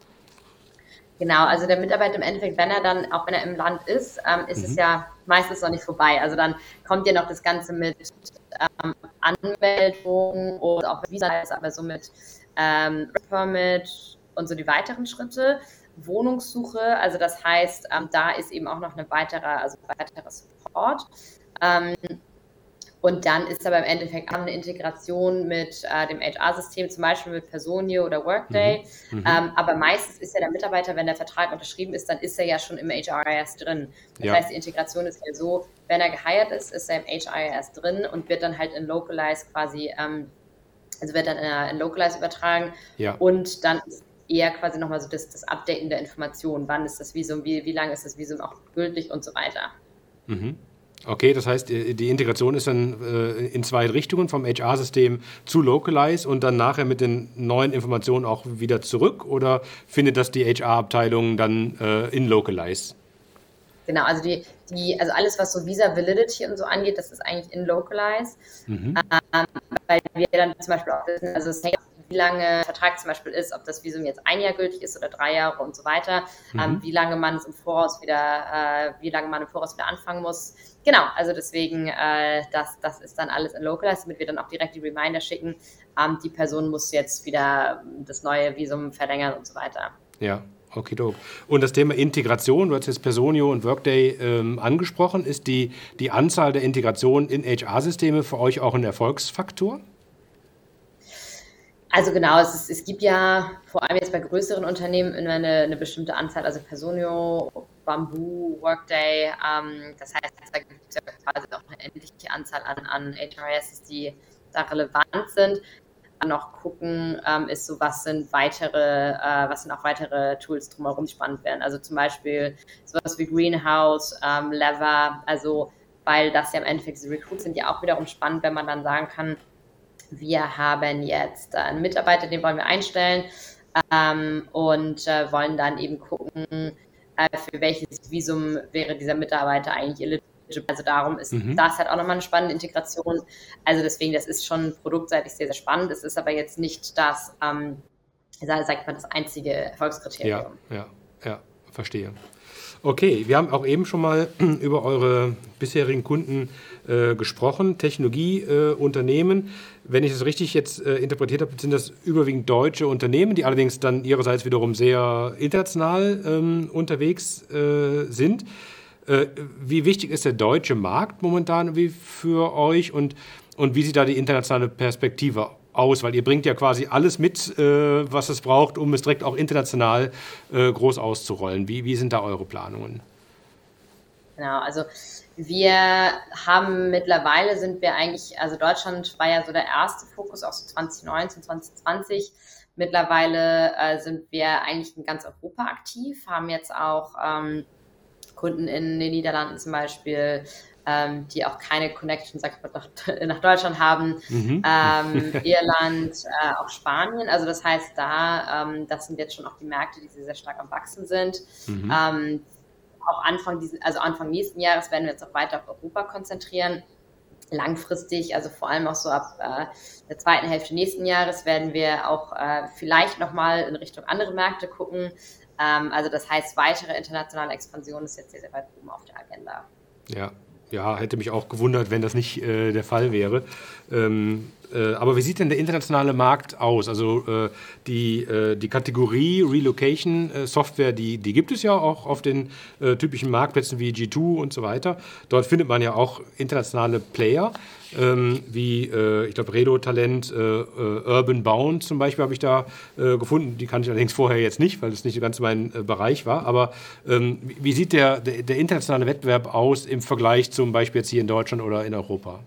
Genau, also der Mitarbeiter im Endeffekt, wenn er dann, auch wenn er im Land ist, ähm, ist es Mhm. ja meistens noch nicht vorbei. Also dann kommt ja noch das Ganze mit ähm, Anmeldung und auch mit Visa, aber so mit ähm, Permit und so die weiteren Schritte. Wohnungssuche, also das heißt, ähm, da ist eben auch noch eine weitere, also weiterer Support. Ähm, Und dann ist aber im Endeffekt auch eine Integration mit äh, dem H R-System, zum Beispiel mit Personio oder Mhm. Workday. Mhm. Ähm, aber meistens ist ja der Mitarbeiter, wenn der Vertrag unterschrieben ist, dann ist er ja schon im H R I S drin. Das Ja. heißt, die Integration ist ja so, wenn er geheiert ist, ist er im H R I S drin und wird dann halt in Localize quasi, ähm, also wird dann in, in Localize übertragen. Ja. Und dann ist eher quasi nochmal so das, das Updaten der Informationen. Wann ist das Visum, wie, wie lange ist das Visum auch gültig und so weiter. Mhm. Okay, das heißt, die Integration ist dann äh, in zwei Richtungen, vom H R-System zu Localize und dann nachher mit den neuen Informationen auch wieder zurück oder findet das die H R-Abteilung dann äh, in Localize? Genau, also die, die, also alles, was so Visa Validity und so angeht, das ist eigentlich in Localize, Mhm. ähm, weil wir dann zum Beispiel auch wissen, also es hängt, wie lange der Vertrag zum Beispiel ist, ob das Visum jetzt ein Jahr gültig ist oder drei Jahre und so weiter, Mhm. ähm, wie lange man es im Voraus wieder, äh, wie lange man im Voraus wieder anfangen muss. Genau, also deswegen, äh, das, das ist dann alles in Localize, damit wir dann auch direkt die Reminder schicken, ähm, die Person muss jetzt wieder das neue Visum verlängern und so weiter. Ja, okidok. Und das Thema Integration, du hast jetzt Personio und Workday ähm, angesprochen. Ist die, die Anzahl der Integrationen in H R-Systeme für euch auch ein Erfolgsfaktor? Also genau, es, ist, es gibt ja vor allem jetzt bei größeren Unternehmen immer eine, eine bestimmte Anzahl, also Personio, Bamboo, Workday, ähm, das heißt, da gibt es ja quasi auch eine endliche Anzahl an, an H R S, die da relevant sind. Noch gucken, ähm, ist so, was sind weitere, äh, was sind auch weitere Tools drumherum, die spannend werden. Also zum Beispiel sowas wie Greenhouse, ähm, Lever, also weil das ja im Endeffekt diese Recruits sind ja auch wiederum spannend, wenn man dann sagen kann, wir haben jetzt einen Mitarbeiter, den wollen wir einstellen ähm, und äh, wollen dann eben gucken, äh, für welches Visum wäre dieser Mitarbeiter eigentlich eligible. Also darum ist Mhm. das halt auch nochmal eine spannende Integration. Also deswegen, das ist schon produktseitig sehr, sehr spannend. Es ist aber jetzt nicht das, ähm, sag ich mal, das einzige Ja, Erfolgskriterium. ja, ja, verstehe. Okay, wir haben auch eben schon mal über eure bisherigen Kunden äh, gesprochen, Technologieunternehmen. Äh, Wenn ich das richtig jetzt äh, interpretiert habe, sind das überwiegend deutsche Unternehmen, die allerdings dann ihrerseits wiederum sehr international ähm, unterwegs äh, sind. Äh, wie wichtig ist der deutsche Markt momentan wie für euch und, und wie sieht da die internationale Perspektive aus? Weil ihr bringt ja quasi alles mit, äh, was es braucht, um es direkt auch international äh, groß auszurollen. Wie, wie sind da eure Planungen? Genau, also wir haben mittlerweile sind wir eigentlich, also Deutschland war ja so der erste Fokus, auch so zwanzig neunzehn, zwanzig zwanzig. Mittlerweile äh, sind wir eigentlich in ganz Europa aktiv, haben jetzt auch ähm, Kunden in den Niederlanden zum Beispiel, ähm, die auch keine Connection sag ich mal, nach, nach Deutschland haben, Mhm. ähm, Irland, äh, auch Spanien. Also das heißt, da, ähm, das sind jetzt schon auch die Märkte, die sehr, sehr stark am Wachsen sind. Mhm. Ähm, auch Anfang diesen, also Anfang nächsten Jahres werden wir uns auch weiter auf Europa konzentrieren. Langfristig, also vor allem auch so ab äh, der zweiten Hälfte nächsten Jahres werden wir auch äh, vielleicht nochmal in Richtung andere Märkte gucken. Ähm, also das heißt, weitere internationale Expansion ist jetzt sehr, sehr weit oben auf der Agenda. Ja, ja, hätte mich auch gewundert, wenn das nicht äh, der Fall wäre. Ähm, äh, aber wie sieht denn der internationale Markt aus? Also äh, die, äh, die Kategorie Relocation äh, Software, die, die gibt es ja auch auf den äh, typischen Marktplätzen wie G zwei und so weiter. Dort findet man ja auch internationale Player, ähm, wie, äh, ich glaube, Redo Talent, äh, äh, Urban Bound zum Beispiel habe ich da äh, gefunden. Die kannte ich allerdings vorher jetzt nicht, weil es nicht ganz mein äh, Bereich war. Aber ähm, wie, wie sieht der, der, der internationale Wettbewerb aus im Vergleich zum Beispiel jetzt hier in Deutschland oder in Europa?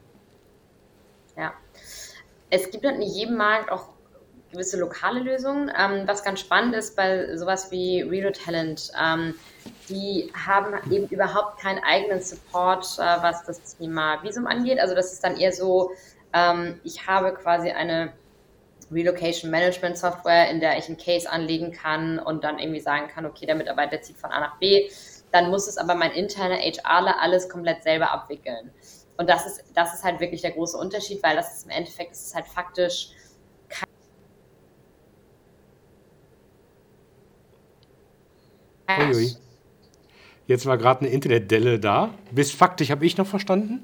Ja, es gibt in jedem Markt auch gewisse lokale Lösungen. Ähm, was ganz spannend ist bei sowas wie Redo Talent, ähm, die haben eben überhaupt keinen eigenen Support, äh, was das Thema Visum angeht. Also das ist dann eher so, ähm, ich habe quasi eine Relocation Management Software, in der ich einen Case anlegen kann und dann irgendwie sagen kann, okay, der Mitarbeiter zieht von A nach B, dann muss es aber mein interner HRler alles komplett selber abwickeln. Und das ist, das ist halt wirklich der große Unterschied, weil das ist im Endeffekt, ist es halt faktisch Uiui. Jetzt war gerade eine Internetdelle da. Bis faktisch habe ich noch verstanden.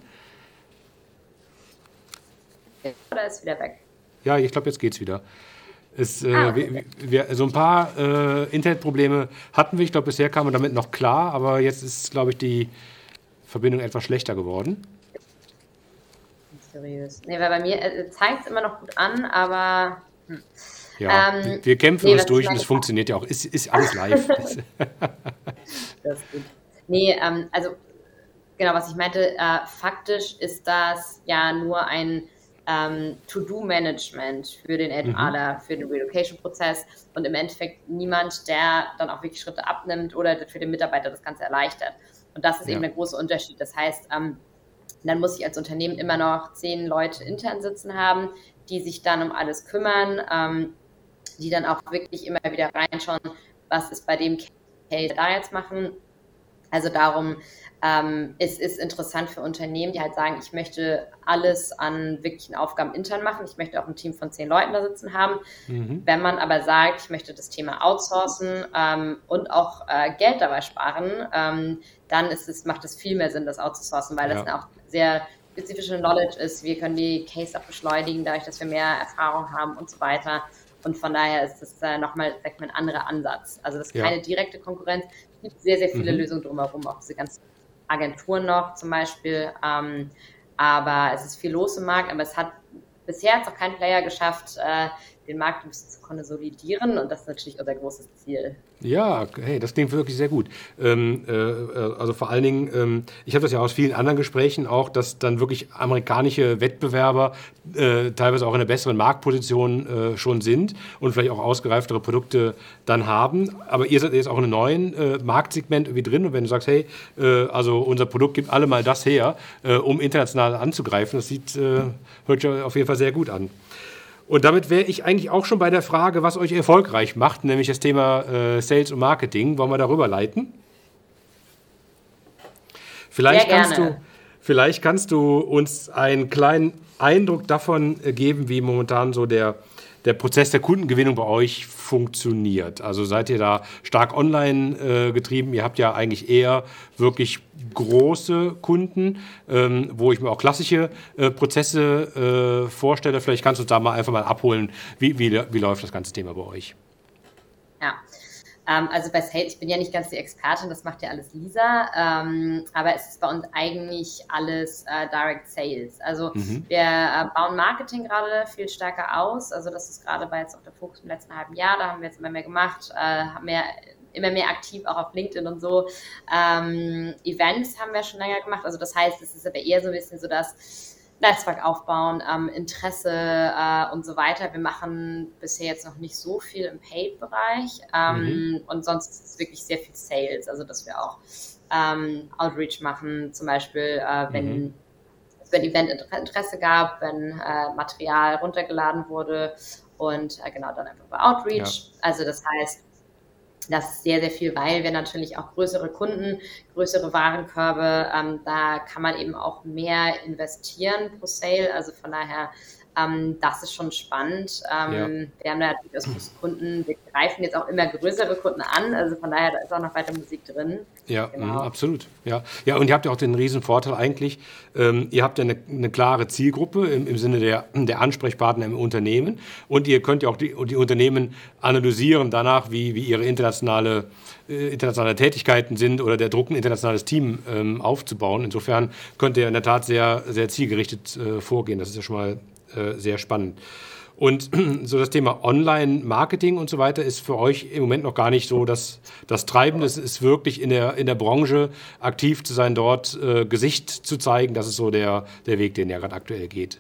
oder ist wieder weg. Ja, ich glaube, jetzt geht's wieder. Es, äh, Ah, okay. wir, wir, so ein paar äh, Internetprobleme hatten wir. Ich glaube, bisher kam man damit noch klar, aber jetzt ist, glaube ich, die Verbindung etwas schlechter geworden. Mysteriös. Nee, weil bei mir äh, zeigt es immer noch gut an, aber hm. Ja, Ähm, wir kämpfen nee, uns was ich durch und meine, es funktioniert ja auch. Ist, ist alles live. das ist gut. Nee, ähm, also genau, was ich meinte, äh, faktisch ist das ja nur ein ähm, To-Do-Management für den HRler, für den Relocation-Prozess und im Endeffekt niemand, der dann auch wirklich Schritte abnimmt oder für den Mitarbeiter das Ganze erleichtert. Und das ist Ja. eben der große Unterschied. Das heißt, ähm, dann muss ich als Unternehmen immer noch zehn Leute intern sitzen haben, die sich dann um alles kümmern, ähm, die dann auch wirklich immer wieder reinschauen, was ist bei dem Case da jetzt machen. Also darum, ähm, es ist interessant für Unternehmen, die halt sagen, ich möchte alles an wirklichen Aufgaben intern machen, ich möchte auch ein Team von zehn Leuten da sitzen haben. Mhm. Wenn man aber sagt, ich möchte das Thema outsourcen ähm, und auch äh, Geld dabei sparen, ähm, dann ist es, macht es viel mehr Sinn, das outzusourcen, weil das Ja. dann auch sehr spezifische Knowledge ist. Wir können die Case auch beschleunigen, dadurch, dass wir mehr Erfahrung haben und so weiter. Und von daher ist das äh, nochmal ein anderer Ansatz. Also das ist Ja. keine direkte Konkurrenz. Es gibt sehr, sehr viele Mhm. Lösungen drumherum, auch diese ganzen Agenturen noch zum Beispiel. Ähm, aber es ist viel los im Markt, aber es hat bisher hat auch kein Player geschafft, äh, den Markt ein bisschen zu konsolidieren, und das ist natürlich unser großes Ziel. Ja, hey, das klingt wirklich sehr gut. Ähm, äh, also vor allen Dingen, ähm, ich habe das ja aus vielen anderen Gesprächen auch, dass dann wirklich amerikanische Wettbewerber äh, teilweise auch in einer besseren Marktposition äh, schon sind und vielleicht auch ausgereiftere Produkte dann haben. Aber ihr seid jetzt auch in einem neuen äh, Marktsegment irgendwie drin, und wenn du sagst, hey, äh, also unser Produkt gibt alle mal das her, äh, um international anzugreifen, das sieht, äh, hört sich auf jeden Fall sehr gut an. Und damit wäre ich eigentlich auch schon bei der Frage, was euch erfolgreich macht, nämlich das Thema äh, Sales und Marketing. Wollen wir darüber leiten? Vielleicht Sehr kannst gerne. du, vielleicht kannst du uns einen kleinen Eindruck davon äh, geben, wie momentan so der, der Prozess der Kundengewinnung bei euch funktioniert. Also seid ihr da stark online äh, getrieben? Ihr habt ja eigentlich eher wirklich große Kunden, ähm, wo ich mir auch klassische äh, Prozesse äh, vorstelle. Vielleicht kannst du uns da mal einfach mal abholen, wie, wie, wie läuft das ganze Thema bei euch? Ja, ähm, also bei Sales, ich bin ja nicht ganz die Expertin, das macht ja alles Lisa, ähm, aber es ist bei uns eigentlich alles äh, Direct Sales. Also Mhm. wir äh, bauen Marketing gerade viel stärker aus, also das ist gerade bei jetzt auch der Fokus im letzten halben Jahr, da haben wir jetzt immer mehr gemacht, äh, haben mehr immer mehr aktiv, auch auf LinkedIn und so. Ähm, Events haben wir schon länger gemacht, also das heißt, es ist aber eher so ein bisschen so das Netzwerk aufbauen, ähm, Interesse äh, und so weiter. Wir machen bisher jetzt noch nicht so viel im Paid-Bereich, ähm, Mhm. und sonst ist es wirklich sehr viel Sales, also dass wir auch ähm, Outreach machen, zum Beispiel, äh, wenn Mhm. es bei Event Interesse gab, wenn äh, Material runtergeladen wurde, und äh, genau dann einfach bei Outreach. Ja. Also das heißt, das ist sehr, sehr viel, weil wir natürlich auch größere Kunden, größere Warenkörbe, ähm, da kann man eben auch mehr investieren pro Sale. Also von daher, ähm, das ist schon spannend. Ja. Ähm, wir haben da durchaus große Kunden. Wir greifen jetzt auch immer größere Kunden an. Also von daher, da ist auch noch weiter Musik drin. Ja, mh, Genau. absolut. Ja. Ja, und ihr habt ja auch den riesen Vorteil eigentlich, ähm, ihr habt ja eine, eine klare Zielgruppe im, im Sinne der, der Ansprechpartner im Unternehmen, und ihr könnt ja auch die, die Unternehmen analysieren danach, wie, wie ihre internationale, äh, internationale Tätigkeiten sind oder der Druck, ein internationales Team ähm, aufzubauen. Insofern könnt ihr in der Tat sehr, sehr zielgerichtet äh, vorgehen. Das ist ja schon mal äh, sehr spannend. Und so das Thema Online-Marketing und so weiter ist für euch im Moment noch gar nicht so das, das Treibende. Es ist wirklich in der, in der Branche aktiv zu sein, dort äh, Gesicht zu zeigen. Das ist so der, der Weg, den ja gerade aktuell geht.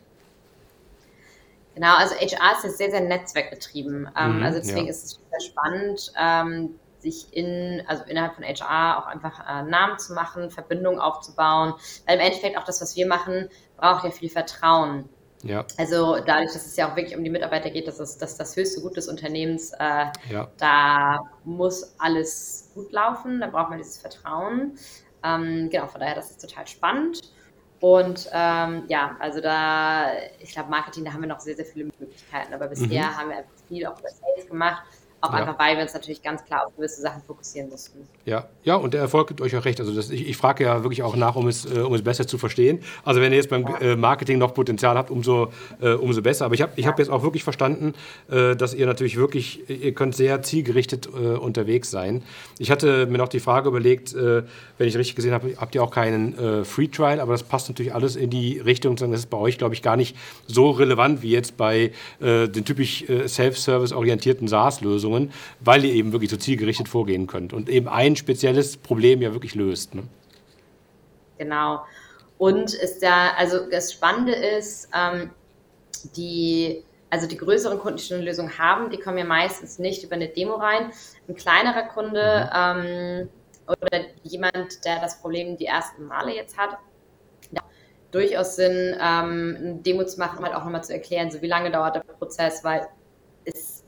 Genau, also H R ist jetzt sehr, sehr netzwerkgetrieben. Ähm, also Mhm, deswegen ja. ist es sehr spannend, ähm, sich in, also innerhalb von H R auch einfach äh, Namen zu machen, Verbindungen aufzubauen. Weil im Endeffekt auch das, was wir machen, braucht ja viel Vertrauen. Ja, Also dadurch, dass es ja auch wirklich um die Mitarbeiter geht, dass das, das, das höchste Gut des Unternehmens, äh, ja. da muss alles gut laufen, da braucht man dieses Vertrauen. Ähm, genau, von daher, das ist total spannend. Und ähm, ja, also da, ich glaube, Marketing, da haben wir noch sehr, sehr viele Möglichkeiten. Aber bisher Mhm. haben wir einfach viel auch über Sales gemacht, auch Ja. einfach, weil wir uns natürlich ganz klar auf gewisse Sachen fokussieren mussten. Ja, ja, und der Erfolg gibt euch auch recht. Also das, ich, ich frage ja wirklich auch nach, um es, äh, um es besser zu verstehen. Also wenn ihr jetzt beim Ja. äh, Marketing noch Potenzial habt, umso, äh, umso besser. Aber ich habe ich hab jetzt auch wirklich verstanden, äh, dass ihr natürlich wirklich, ihr könnt sehr zielgerichtet äh, unterwegs sein. Ich hatte mir noch die Frage überlegt, äh, wenn ich richtig gesehen habe, habt ihr auch keinen äh, Free Trial, aber das passt natürlich alles in die Richtung. Das ist bei euch, glaube ich, gar nicht so relevant wie jetzt bei äh, den typisch äh, Self-Service-orientierten SaaS-Lösungen, weil ihr eben wirklich so zielgerichtet vorgehen könnt und eben ein spezielles Problem ja wirklich löst. Ne? Genau. Und ist da, also das Spannende ist, ähm, die, also die größeren Kunden, die schon eine Lösung haben, die kommen ja meistens nicht über eine Demo rein. Ein kleinerer Kunde ähm, oder jemand, der das Problem die ersten Male jetzt hat, ja, durchaus Sinn, ähm, eine Demo zu machen, um halt auch nochmal zu erklären, so wie lange dauert der Prozess, weil es,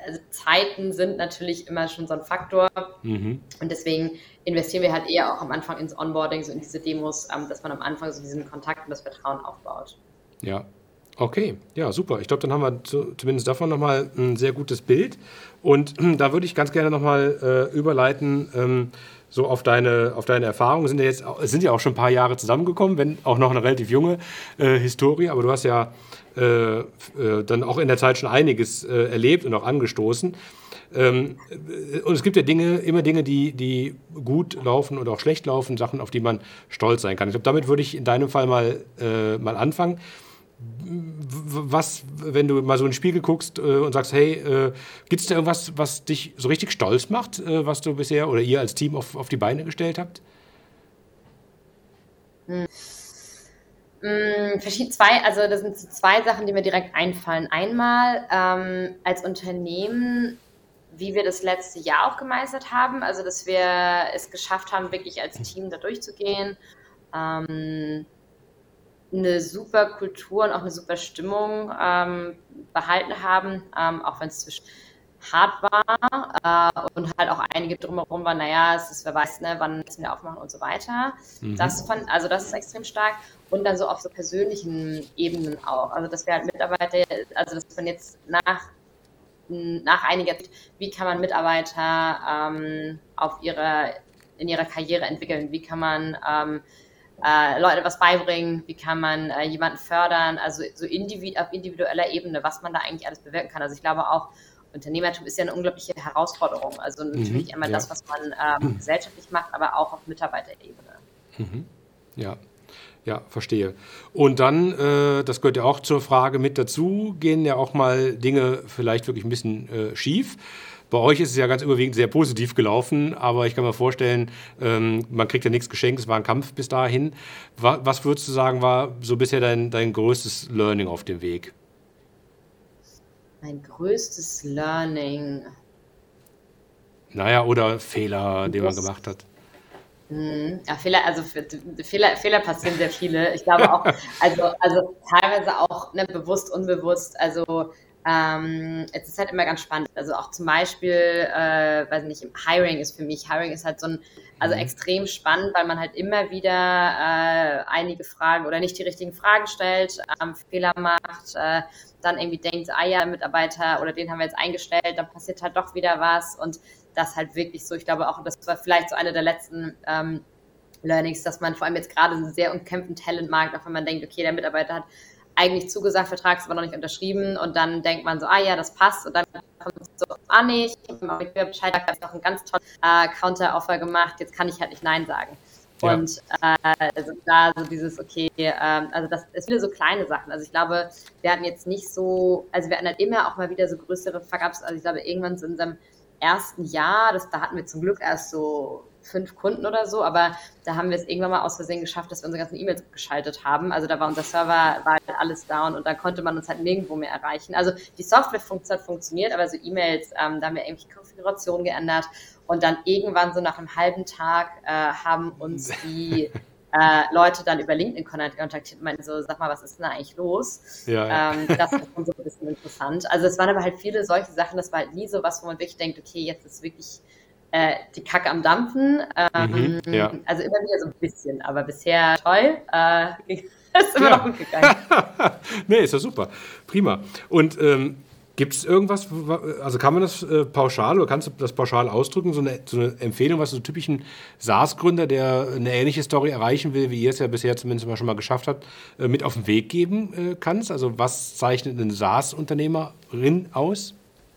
also Zeiten sind natürlich immer schon so ein Faktor. Mhm. Und deswegen investieren wir halt eher auch am Anfang ins Onboarding, so in diese Demos, ähm, dass man am Anfang so diesen Kontakt und das Vertrauen aufbaut. Ja, okay. Ja, super. Ich glaube, dann haben wir zu, zumindest davon nochmal ein sehr gutes Bild. Und da würde ich ganz gerne nochmal äh, überleiten, ähm, so auf deine, auf deine Erfahrungen. Sind ja jetzt, sind ja auch schon ein paar Jahre zusammengekommen, wenn auch noch eine relativ junge äh, Historie. Aber du hast ja äh, äh, dann auch in der Zeit schon einiges äh, erlebt und auch angestoßen. Ähm, und es gibt ja Dinge, immer Dinge, die, die gut laufen oder auch schlecht laufen, Sachen, auf die man stolz sein kann. Ich glaube, damit würde ich in deinem Fall mal, äh, mal anfangen. Was, wenn du mal so in den Spiegel guckst äh, und sagst, hey, äh, gibt es da irgendwas, was dich so richtig stolz macht, äh, was du bisher oder ihr als Team auf, auf die Beine gestellt habt? Hm. Hm, verschieden zwei, also das sind zwei Sachen, die mir direkt einfallen. Einmal ähm, als Unternehmen, wie wir das letzte Jahr auch gemeistert haben, also dass wir es geschafft haben, wirklich als Team da durchzugehen. Ähm, eine super Kultur und auch eine super Stimmung ähm, behalten haben, ähm, auch wenn es zwischen hart war äh, und halt auch einige drumherum waren, naja, es ist, wer weiß, ne, wann müssen wir aufmachen und so weiter. Mhm. Das fand, also das ist extrem stark. Und dann so auf so persönlichen Ebenen auch. Also dass wir halt Mitarbeiter, also dass man jetzt nach, nach einiger Zeit, wie kann man Mitarbeiter ähm, auf ihre, in ihrer Karriere entwickeln, wie kann man ähm, Äh, Leute was beibringen, wie kann man äh, jemanden fördern, also so individu- auf individueller Ebene, was man da eigentlich alles bewirken kann. Also ich glaube auch, Unternehmertum ist ja eine unglaubliche Herausforderung. Also natürlich mhm, einmal ja. das, was man ähm, gesellschaftlich macht, aber auch auf Mitarbeiterebene. Mhm. Ja. Ja, verstehe. Und dann, äh, das gehört ja auch zur Frage mit dazu, gehen ja auch mal Dinge vielleicht wirklich ein bisschen äh, schief. Bei euch ist es ja ganz überwiegend sehr positiv gelaufen, aber ich kann mir vorstellen, ähm, man kriegt ja nichts geschenkt, es war ein Kampf bis dahin. Was, was würdest du sagen, war so bisher dein, dein größtes Learning auf dem Weg? Mein größtes Learning? Naja, oder Fehler, den man gemacht hat. Ja, Fehler, also Fehler, Fehler passieren sehr viele. Ich glaube auch, also, also teilweise auch ne, bewusst, unbewusst. Also ähm, es ist halt immer ganz spannend. Also auch zum Beispiel, äh, weiß nicht, Hiring ist für mich, Hiring ist halt so ein, also mhm. extrem spannend, weil man halt immer wieder äh, einige Fragen oder nicht die richtigen Fragen stellt, ähm, Fehler macht, äh, dann irgendwie denkt, ah ja, Mitarbeiter oder den haben wir jetzt eingestellt, dann passiert halt doch wieder was und das halt wirklich so, ich glaube auch, das war vielleicht so eine der letzten ähm, Learnings, dass man vor allem jetzt gerade einen sehr umkämpften Talentmarkt, auch wenn man denkt, okay, der Mitarbeiter hat eigentlich zugesagt, Vertrag ist aber noch nicht unterschrieben und dann denkt man so, ah ja, das passt und dann kommt es so, ah nee, ich habe mir Bescheid, ich habe noch ein ganz tolles äh, Counter-Offer gemacht, jetzt kann ich halt nicht Nein sagen. Ja. Und äh, also da so dieses, okay, äh, also das ist viele so kleine Sachen. Also ich glaube, wir hatten jetzt nicht so, also wir hatten halt immer auch mal wieder so größere Fuck-Ups, also ich glaube, irgendwann so in unserem ersten Jahr, das, da hatten wir zum Glück erst so fünf Kunden oder so, aber da haben wir es irgendwann mal aus Versehen geschafft, dass wir unsere ganzen E-Mails geschaltet haben. Also da war unser Server, war halt alles down und da konnte man uns halt nirgendwo mehr erreichen. Also die Software funkt, hat funktioniert, aber so E-Mails, ähm, da haben wir irgendwie Konfiguration geändert und dann irgendwann so nach einem halben Tag äh, haben uns die äh, Leute dann über LinkedIn kontaktiert und meinten so, sag mal, was ist denn da eigentlich los? Ja, ja. Ähm, das ist schon so ein bisschen interessant. Also es waren aber halt viele solche Sachen, das war halt nie so was, wo man wirklich denkt, okay, jetzt ist wirklich äh, die Kacke am Dampfen. Ähm, mhm, ja. Also immer wieder so ein bisschen, aber bisher toll. Äh, ist immer ja. noch gut gegangen. Nee, ist ja super. Prima. Und ähm, gibt es irgendwas, also kann man das äh, pauschal oder kannst du das pauschal ausdrücken, so eine, so eine Empfehlung, was so typischen SaaS-Gründer, der eine ähnliche Story erreichen will, wie ihr es ja bisher zumindest mal schon mal geschafft habt, äh, mit auf den Weg geben äh, kannst? Also was zeichnet eine SaaS-Unternehmerin aus?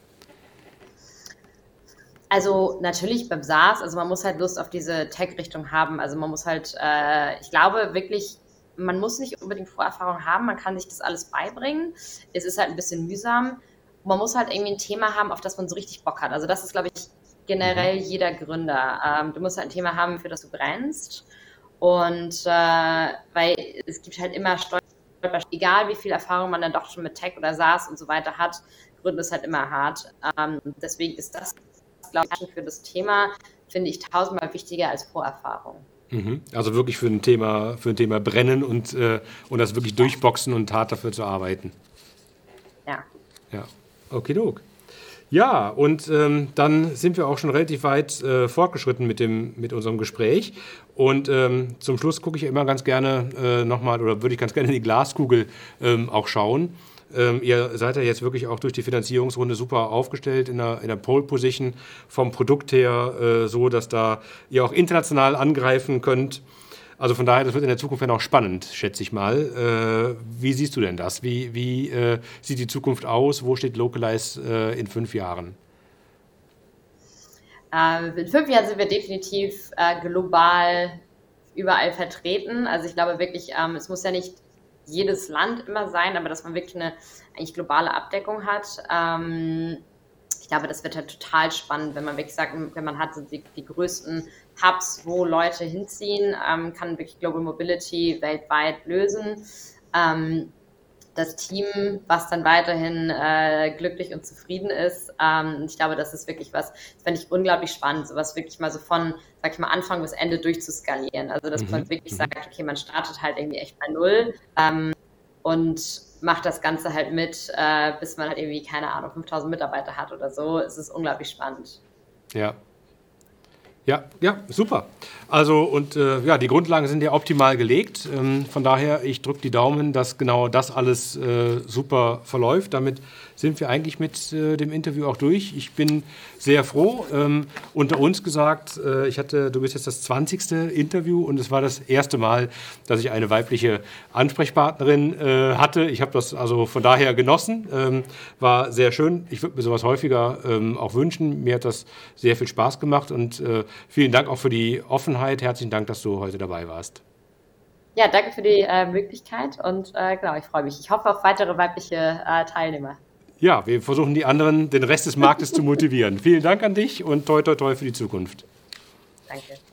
Also natürlich beim SaaS, also man muss halt Lust auf diese Tech-Richtung haben. Also man muss halt, äh, ich glaube wirklich, man muss nicht unbedingt Vorerfahrung haben, man kann sich das alles beibringen. Es ist halt ein bisschen mühsam. Man muss halt irgendwie ein Thema haben, auf das man so richtig Bock hat. Also das ist, glaube ich, generell jeder Gründer. Ähm, du musst halt ein Thema haben, für das du brennst. Und äh, weil es gibt halt immer Stolper, egal wie viel Erfahrung man dann doch schon mit Tech oder SaaS und so weiter hat, Gründen ist halt immer hart. Ähm, deswegen ist das, glaube ich, für das Thema, finde ich, tausendmal wichtiger als Vorerfahrung. Mhm. Also wirklich für ein Thema, für ein Thema brennen und, äh, und das wirklich durchboxen und hart dafür zu arbeiten. Ja. Ja. Okidok. Ja, und ähm, dann sind wir auch schon relativ weit äh, fortgeschritten mit, dem, mit unserem Gespräch. Und ähm, zum Schluss gucke ich immer ganz gerne äh, nochmal, oder würde ich ganz gerne in die Glaskugel ähm, auch schauen. Ähm, ihr seid ja jetzt wirklich auch durch die Finanzierungsrunde super aufgestellt in der, in der Pole Position vom Produkt her, äh, so dass da ihr auch international angreifen könnt. Also von daher, das wird in der Zukunft ja noch spannend, schätze ich mal. Äh, wie siehst du denn das? Wie, wie äh, sieht die Zukunft aus? Wo steht Localize äh, in fünf Jahren? Ähm, in fünf Jahren sind wir definitiv äh, global überall vertreten. Also ich glaube wirklich, ähm, es muss ja nicht jedes Land immer sein, aber dass man wirklich eine eigentlich globale Abdeckung hat. Ähm, ich glaube, das wird halt total spannend, wenn man wirklich sagt, wenn man hat so die, die größten Hubs, wo Leute hinziehen, ähm, kann wirklich Global Mobility weltweit lösen. Ähm, das Team, was dann weiterhin äh, glücklich und zufrieden ist. Ähm, ich glaube, das ist wirklich was, das fände ich unglaublich spannend, sowas wirklich mal so von, sag ich mal, Anfang bis Ende durchzuskalieren. Also, dass mhm. man wirklich mhm. sagt, okay, man startet halt irgendwie echt bei Null ähm, und macht das Ganze halt mit, äh, bis man halt irgendwie, keine Ahnung, fünftausend Mitarbeiter hat oder so. Es ist unglaublich spannend. Ja. Ja, ja, super. Also und äh, ja, die Grundlagen sind ja optimal gelegt. Ähm, von daher, ich drücke die Daumen, dass genau das alles äh, super verläuft. Damit sind wir eigentlich mit äh, dem Interview auch durch. Ich bin sehr froh. Ähm, unter uns gesagt, äh, ich hatte, du bist jetzt das zwanzigste Interview und es war das erste Mal, dass ich eine weibliche Ansprechpartnerin äh, hatte. Ich habe das also von daher genossen. Ähm, war sehr schön. Ich würde mir sowas häufiger ähm, auch wünschen. Mir hat das sehr viel Spaß gemacht und äh, vielen Dank auch für die Offenheit. Herzlichen Dank, dass du heute dabei warst. Ja, danke für die äh, Möglichkeit und äh, genau, ich freue mich. Ich hoffe auf weitere weibliche äh, Teilnehmer. Ja, wir versuchen die anderen, den Rest des Marktes zu motivieren. Vielen Dank an dich und toi toi toi für die Zukunft. Danke.